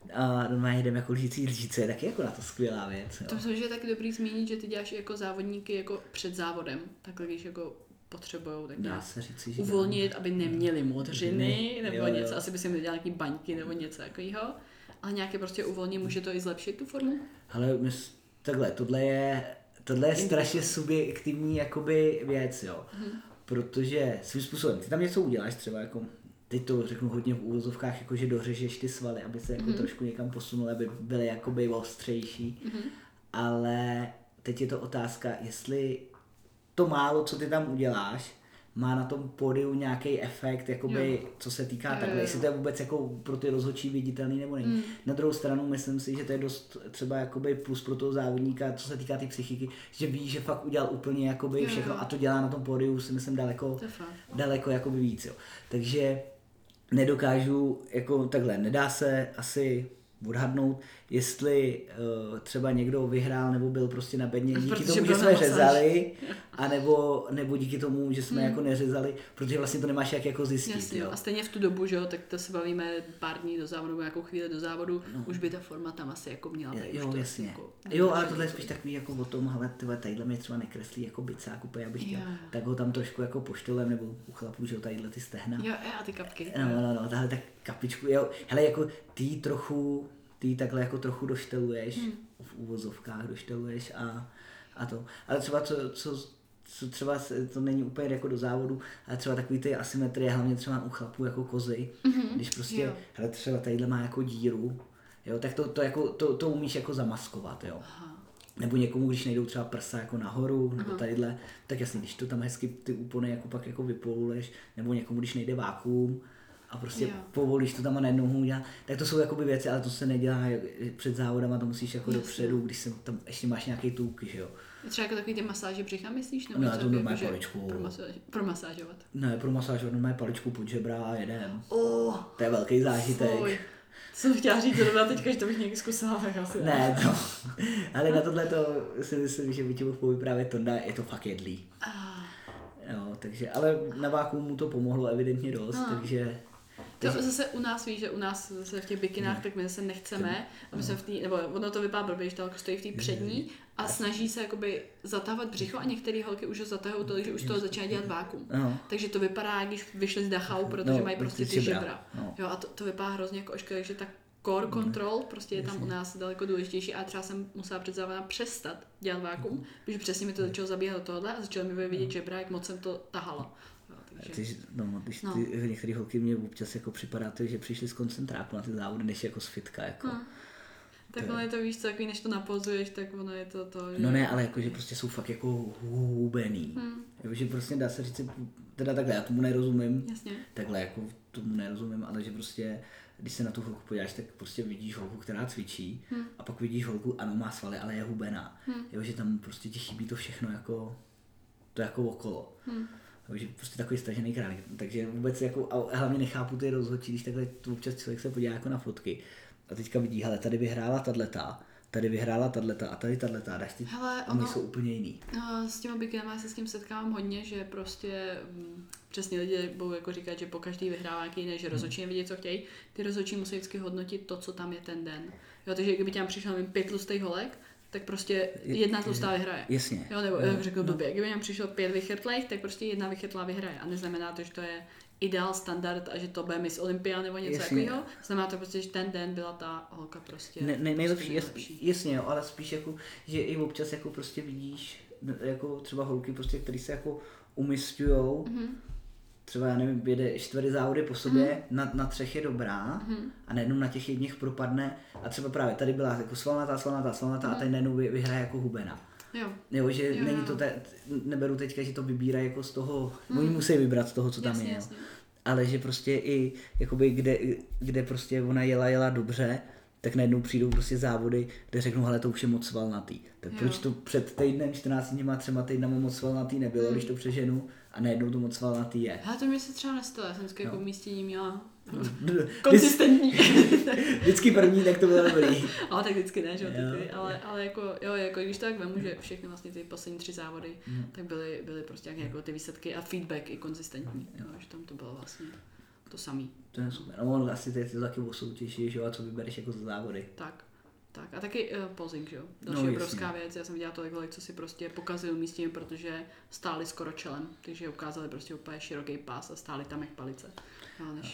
A normálně jdem jako lžíci, je taky jako na to skvělá věc. Jo.
To myslím, že je taky dobrý zmínit, že ty děláš jako závodníky jako před závodem, takhle když jako potřebujou tak uvolnit, aby neměli modřiny nebo něco, asi by si měli nějaký baňky nebo něco takového, ale nějaké prostě uvolní, může to i zlepšit tu formu?
Ale takhle, tohle je strašně subjektivní jakoby věc, jo. Protože svým způsobem, ty tam něco uděláš třeba jako, teď to řeknu hodně v úvozovkách, jako že dořežeš ty svaly, aby se jako trošku někam posunuly, aby byly jakoby ostřejší, ale teď je to otázka, jestli to málo, co ty tam uděláš, má na tom pódiu nějaký efekt, jakoby, co se týká takhle, jestli to je vůbec jako pro ty rozhodčí viditelný nebo není. Na druhou stranu myslím si, že to je dost třeba jakoby plus pro toho závodníka, co se týká té psychiky, že ví, že fakt udělal úplně jakoby všechno a to dělá na tom pódiu, si myslím daleko jakoby víc. Jo. Takže nedokážu, jako takhle, nedá se asi odhadnout, jestli třeba někdo vyhrál nebo byl prostě na bedně díky tomu, že jsme řezali, nebo díky tomu, že jsme jako neřezali, protože vlastně to nemáš jak jako zjistit.
Jasně,
jo.
A stejně v tu dobu, že jo, tak to se bavíme pár dní do závodu, nějakou chvíli do závodu, už by ta forma tam asi jako měla být.
Jo, jasně. Jako, jo, ale tohle je spíš takový jako o tom, hele, tadyhle mě třeba nekreslí jako bicák úplně, abych chtěl, tak ho tam trošku jako poštolem, nebo u chlapů, že jo, tadyhle ty stehna.
Jo, a ty kapky.
No, tahle tak kapičku, jo, hele, jako ty takhle jako trochu došteluješ, v úvozovkách došteluješ a to. Ale třeba co třeba to není úplně jako do závodu, ale třeba takový ty asymetrie, hlavně třeba u chlapů jako kozy, když prostě, hele, třeba tadyhle má jako díru, jo, tak to umíš jako zamaskovat, jo. Aha. Nebo někomu, když nejdou třeba prsa jako nahoru, nebo tadyhle, tak jasně, když to tam hezky ty úpony jako pak jako vypouleš, nebo někomu, když nejde vákuum, a prostě povolíš to tam a najednou ho udělá, tak to jsou jakoby věci, ale to se nedělá před závodama, to musíš jako dopředu, když se tam ještě máš nějaký tuk, že jo.
Třeba jako takový ty masáže břicha, myslíš? Nebo
no, to normálně paličku.
Promasážovat.
Ne, promasážovat, normálně paličku pod žebra a jedem. To je velký zážitek.
Jsem chtěla říct zrovna teďka, že to bych někdy zkusila, tak asi
ne. To, ale na tohle to si myslím, že by ti mohl povyprávět Tonda, je to fakt jedlý. Jo, takže, ale na vákuum mu to pomohlo evidentně dost, takže...
To zase u nás, víš, že u nás zase v těch bikinách, tak my zase nechceme, aby se v té, nebo ono to vypadá blbě, že to stojí v té přední a snaží se jakoby zatahovat břicho a některé holky už ho zatahují tolik, že už toho začíná dělat vákuum. Takže to vypadá, když vyšli z Dachau, protože mají prostě ty žebra. Jo, a to vypadá hrozně jako ošklivě, takže tak core control prostě je tam u nás daleko důležitější a třeba jsem musela před závodem přestat dělat vákuum, protože přesně mi to začalo zabíhat do tohohle a začalo mi vidět žebra, jak moc jsem to tahala.
Když některé holky mě občas jako připadá to, že přišli z koncentráku na ty závody, než jako z fitka. Jako.
Tak ono je to, víš co, takový, než to napozuješ, tak ono je to, že...
No ne, ale jako, že prostě jsou fakt jako hubený. Že prostě dá se říct, teda takhle, já tomu nerozumím.
Jasně.
Takhle jako tomu nerozumím, ale že prostě, když se na tu holku podíváš, tak prostě vidíš holku, která cvičí a pak vidíš holku, ano, má svaly, ale je hubená. Že tam prostě ti chybí to všechno jako, to jako okolo. Takže prostě takový stažený králík, takže vůbec jako, a hlavně nechápu ty rozhodčí, když takhle občas člověk se podívá jako na fotky a teďka vidí, hele, tady vyhrála tato, tady vyhrála tato a tady tato, dáš ty, oni jsou úplně jiný.
S těma bikinama se s tím setkávám hodně, že prostě přesně lidi budou jako říkat, že po každý vyhrává nějaký jiný, že rozhodčí nevidí, co chtějí, ty rozhodčí musí vždycky hodnotit to, co tam je ten den. Jo, takže kdyby tam přišlo 5 tlustých holek, tak prostě jedna tlustá vyhraje.
Jasně.
Jo, nebo jak řeknu blbě, kdyby nám přišlo 5 vychytlých, tak prostě jedna vychytlá vyhraje. A neznamená to, že to je ideál, standard a že to bude Miss Olympia nebo něco takového. Znamená to prostě, že ten den byla ta holka prostě
nejlepší. Jasně, jo, ale spíš jako, že i občas jako prostě vidíš jako třeba holky, prostě, které se jako umistujou, třeba, já nevím, jede 4 závody po sobě, na 3 je dobrá a najednou na těch jedních propadne a třeba právě tady byla jako svalnatá a tady najednou vyhraje jako hubená. Jo, že není to, neberu teďka, že to vybírají jako z toho, oni musí vybrat z toho, co tam je. Jasně. Ale že prostě i, jakoby, kde prostě ona jela dobře, tak najednou přijdou prostě závody, kde řeknou, hele, to už je moc svalnatý. Tak proč to před týdnem, 14 dněma, 3 týdnama moc svalnatý nebylo, když to přeženu a najednou to moc svalnatý je.
Ale to mi se třeba nestalo, já jsem vždycky jako umístění měla konzistentní.
Vždycky první, tak to bylo dobrý.
Ale tak vždycky ne, že ale jako když to tak vemu, že všechny vlastně ty poslední 3 závody, tak byly prostě jako ty výsledky a feedback i konzistentní, že tam to bylo vlastně to samý.
To je super, no asi ty to taky osoutěžíš, jo, a co vybereš jako za závody.
Tak. A taky posing, že jo, další obrovská věc, já jsem viděla tolik holek, co si prostě pokazili umístění, protože stáli skoro čelem, takže ukázali prostě úplně široký pás a stáli tam jak palice.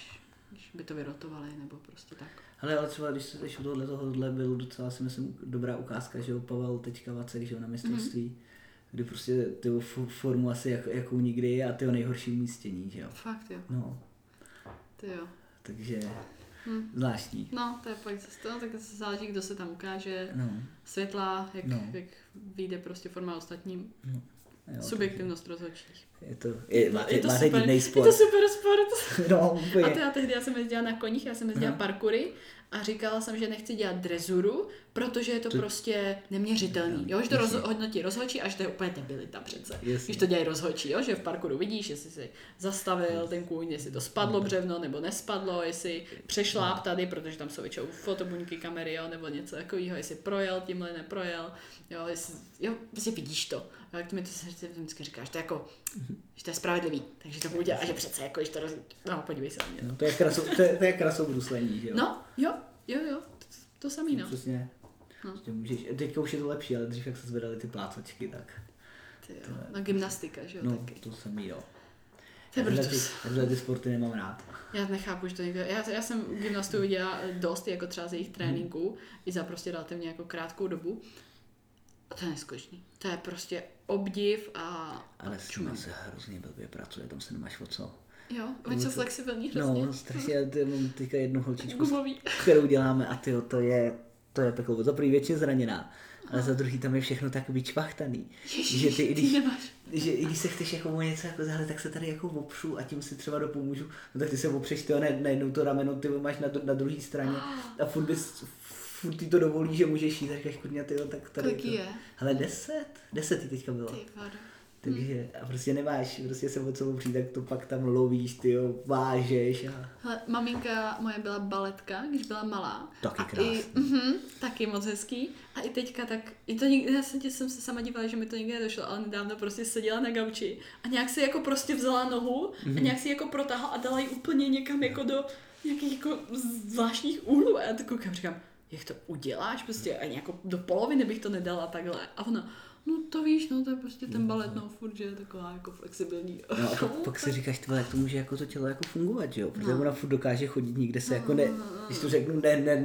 když by to vyrotovali, nebo prostě tak.
Ale třeba když se u tohohle byl docela si myslím dobrá ukázka, že jo, Pavel teďka Vacek, že jo, na mistrovství, kdy prostě ty formu asi jakou nikdy a ty nejhorší umístění, že jo.
Fakt jo.
No.
Ty jo.
Takže zvláštní.
No, to je pak to, tak záleží, kdo se tam ukáže. Světla, jak vyjde prostě forma ostatním.
No. Jo,
Subjektivnost rozhodčích.
Máte
super,
divný sport.
Je to super sport.
No, úplně.
A tehdy já jsem jezdila na koních, já jsem jezdila parkoury a říkala jsem, že nechci dělat drezuru, protože je to prostě neměřitelný. Jo, že to hodnotí rozhodčí, až to je úplně debilita přece. Když to dělají rozhodčí, jo, že v parkouru vidíš, jestli si zastavil ten kůň, jestli to spadlo břevno nebo nespadlo, jestli přešláp tady, protože tam jsou většinou fotobuňky, kamery, jo, nebo něco takového, jestli projel, tímhle neprojel, jo, prostě vidíš to. Jak ty mi to vždycky říkáš, to je jako, že to je spravedlivý, takže to budu dělat, a že přece jako, když to no, podívej se na mě.
No, to je krasobruslení, že jo?
No, jo, to samý, no.
Přesně.
No.
Teďka už je to lepší, ale dřív jak se zvedaly ty plácočky, tak.
No gymnastika, že jo,
no,
taky.
To samý, jo.
Takhle
ty sporty nemám rád.
Já nechápu, že to někdo... Já jsem gymnastu viděla dost, jako třeba z jejich tréninků, i za prostě relativně jako krátkou dobu. A to je neskutečný. To je prostě obdiv a...
Ale s tím se hrozně blbě pracuje, tam se nemáš o co.
Jo, oni jsou flexibilní hrozně.
No, strašně, mám teďka jednu holčičku,
gumový,
kterou děláme a tyjo, to je peklo. Za první většině zraněná, ale za druhý tam je všechno tak vyčvachtaný. Že ty, i když se chceš jako o něco jako zahle, tak se tady jako opřu a tím si třeba dopomůžu. No tak ty se opřeš, ty najednou to rameno ty máš na druhé straně a furt ty to dovolí, že můžeš jít, říkáš kurňa, tyjo, tak tady.
Kolik je?
Ale 10 jí teďka bylo.
Ty vado.
Takže a prostě nemáš, prostě se o co opřít, tak to pak tam lovíš, tyjo, vážeš a...
Hele, maminka moje byla baletka, když byla malá.
Taky krásný.
Taky moc hezký. A i teďka tak, já jsem se sama dívala, že mi to nikdy nedošlo, ale nedávno prostě seděla na gauči a nějak si jako prostě vzala nohu a nějak si jako protáhla a dala ji úplně někam jako do nějakých jako zvláštních úhlů. A já to koukám, říkám, jak to uděláš, prostě ani jako do poloviny bych to nedala takhle. A ona, no to víš, no to je prostě ten balet, no furt, že je taková jako flexibilní.
No a pak si říkáš, tyhle, jak to může jako to tělo jako fungovat, že jo? Protože ona furt dokáže chodit, nikde se jako když to řeknu,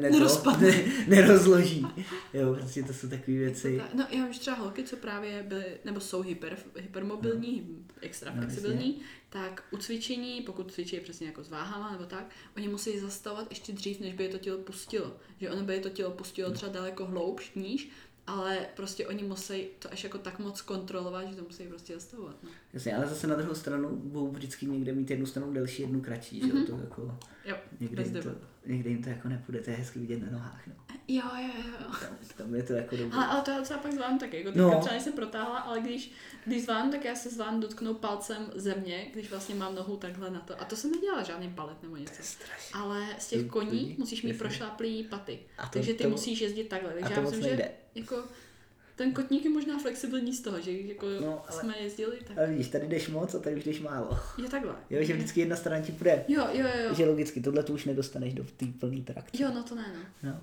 nerozloží. Jo, prostě to jsou takové věci.
No já už třeba holky, co právě byly, nebo jsou hypermobilní, extra flexibilní, tak u cvičení, pokud cvičí přesně jako s váhama nebo tak, oni musí zastavovat ještě dřív, než by je to tělo pustilo. Že ono by je to tělo pustilo třeba daleko hloubš, níž, ale prostě oni musí to až jako tak moc kontrolovat, že to musí prostě zastavovat. No.
Jasně, ale zase na druhou stranu budou vždycky někde mít jednu stranu delší, jednu kratší, že to jako...
Jo,
někde jim to jako nepůjde, to je hezky vidět na nohách, no.
Jo.
Tam je to jako dobré.
Ale to já třeba pak zvládnu taky, jako teďka třeba jsem protáhla, ale když zvládnu, tak já se zvládnu dotknout palcem země, když vlastně mám nohu takhle na to. A to jsem nedělala žádný palet nebo něco. Ale z těch koní musíš mít prošláplý paty. Takže ty musíš jezdit takhle. Takže já myslím, že jako ten kotník je možná flexibilní z toho, že jako jsme jezdili. Tak...
Ale vidíš, tady jdeš moc a tady už jdeš málo.
Je takhle.
Jo, že vždycky jedna strana ti půjde.
Jo.
Že logicky, tohle tu už nedostaneš do té plné trakce.
Jo, no to ne,
no.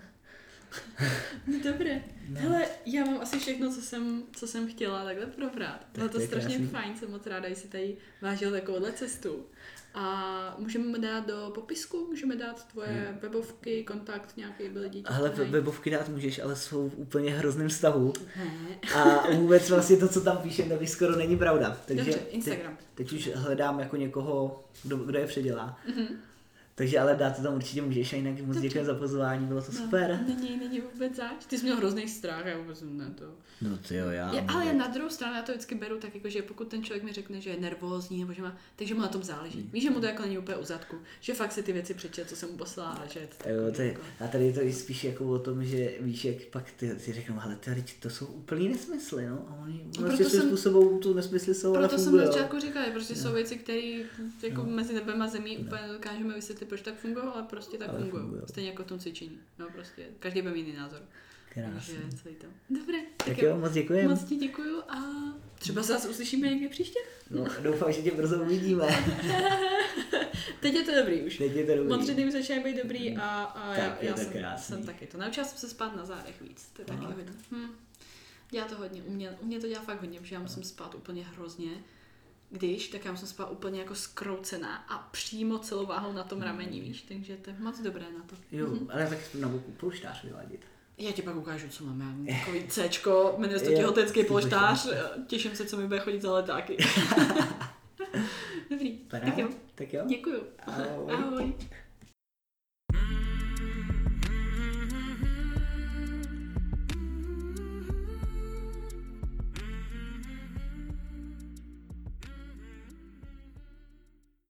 No dobré. No. Hele, já mám asi všechno, co jsem chtěla takhle probrat. Bylo to strašně fajn, jsem moc ráda, že jsi tady vážil takovouhle cestu. A můžeme dát do popisku, můžeme dát tvoje webovky, kontakt nějaký byl lidi.
Ale webovky dát můžeš, ale jsou v úplně hrozném stavu. A vůbec vlastně to, co tam píšem, tak skoro není pravda. Takže
dobře, Instagram.
Teď už hledám jako někoho, kdo je předělá. Takže ale dát to tam určitě můžeš a jinak moc děkuji za pozvání, bylo to super.
Není vůbec zač. Ty jsi měl hrozný strach, já vůbec ne to.
No ty jo,
ale na druhou stranu já to vždycky beru tak, jako, že pokud ten člověk mi řekne, že je nervózní, nebo že má, takže mu na tom záleží. Víš, že mu to jako není úplně u zadku, že fakt si ty věci přečet, co jsem mu poslala a že
a tady je to spíš jako o tom, že víš, jak pak ty řeknou, ale to jsou úplný nesmysly, no. A oni vlastně svým způsobem tu nesmysly jsou, ale fungují.
Proto jsem na začátku říkala, prostě jsou věci, které jako mezi nebem a zemí úplně dokážeme vysvětlit, proč tak fungují, ale prostě tak fungují. Stejně jako v tom cvičení. No prostě, každý bude mít jiný názor.
Krásně.
Dobré.
Tak jo, moc děkujem.
Moc ti děkuju a třeba se zase uslyšíme někdy příště.
No, doufám, že tě brzo uvidíme.
Teď je to dobrý už.
Teď je to dobrý.
Moc dny už začínají být dobrý a já jsem
taky.
To naučila jsem se spát na zádech víc. To je taky hodně. Dělá to hodně. U mě to dělá fakt hodně, protože já musím spát úplně hrozně. když, tak já musím spát úplně jako skroucená a přímo celou váhou na tom rameni, víš, takže to je moc dobré na to.
Jo, ale tak na boku polštář vyladit.
Já ti pak ukážu, co mám. Já mám takový Cčko, jmenuje se to těhotenský polštář, těším se, co mi bude chodit za letáky. Dobrý,
tak jo.
Děkuju.
Ahoj.
Ahoj.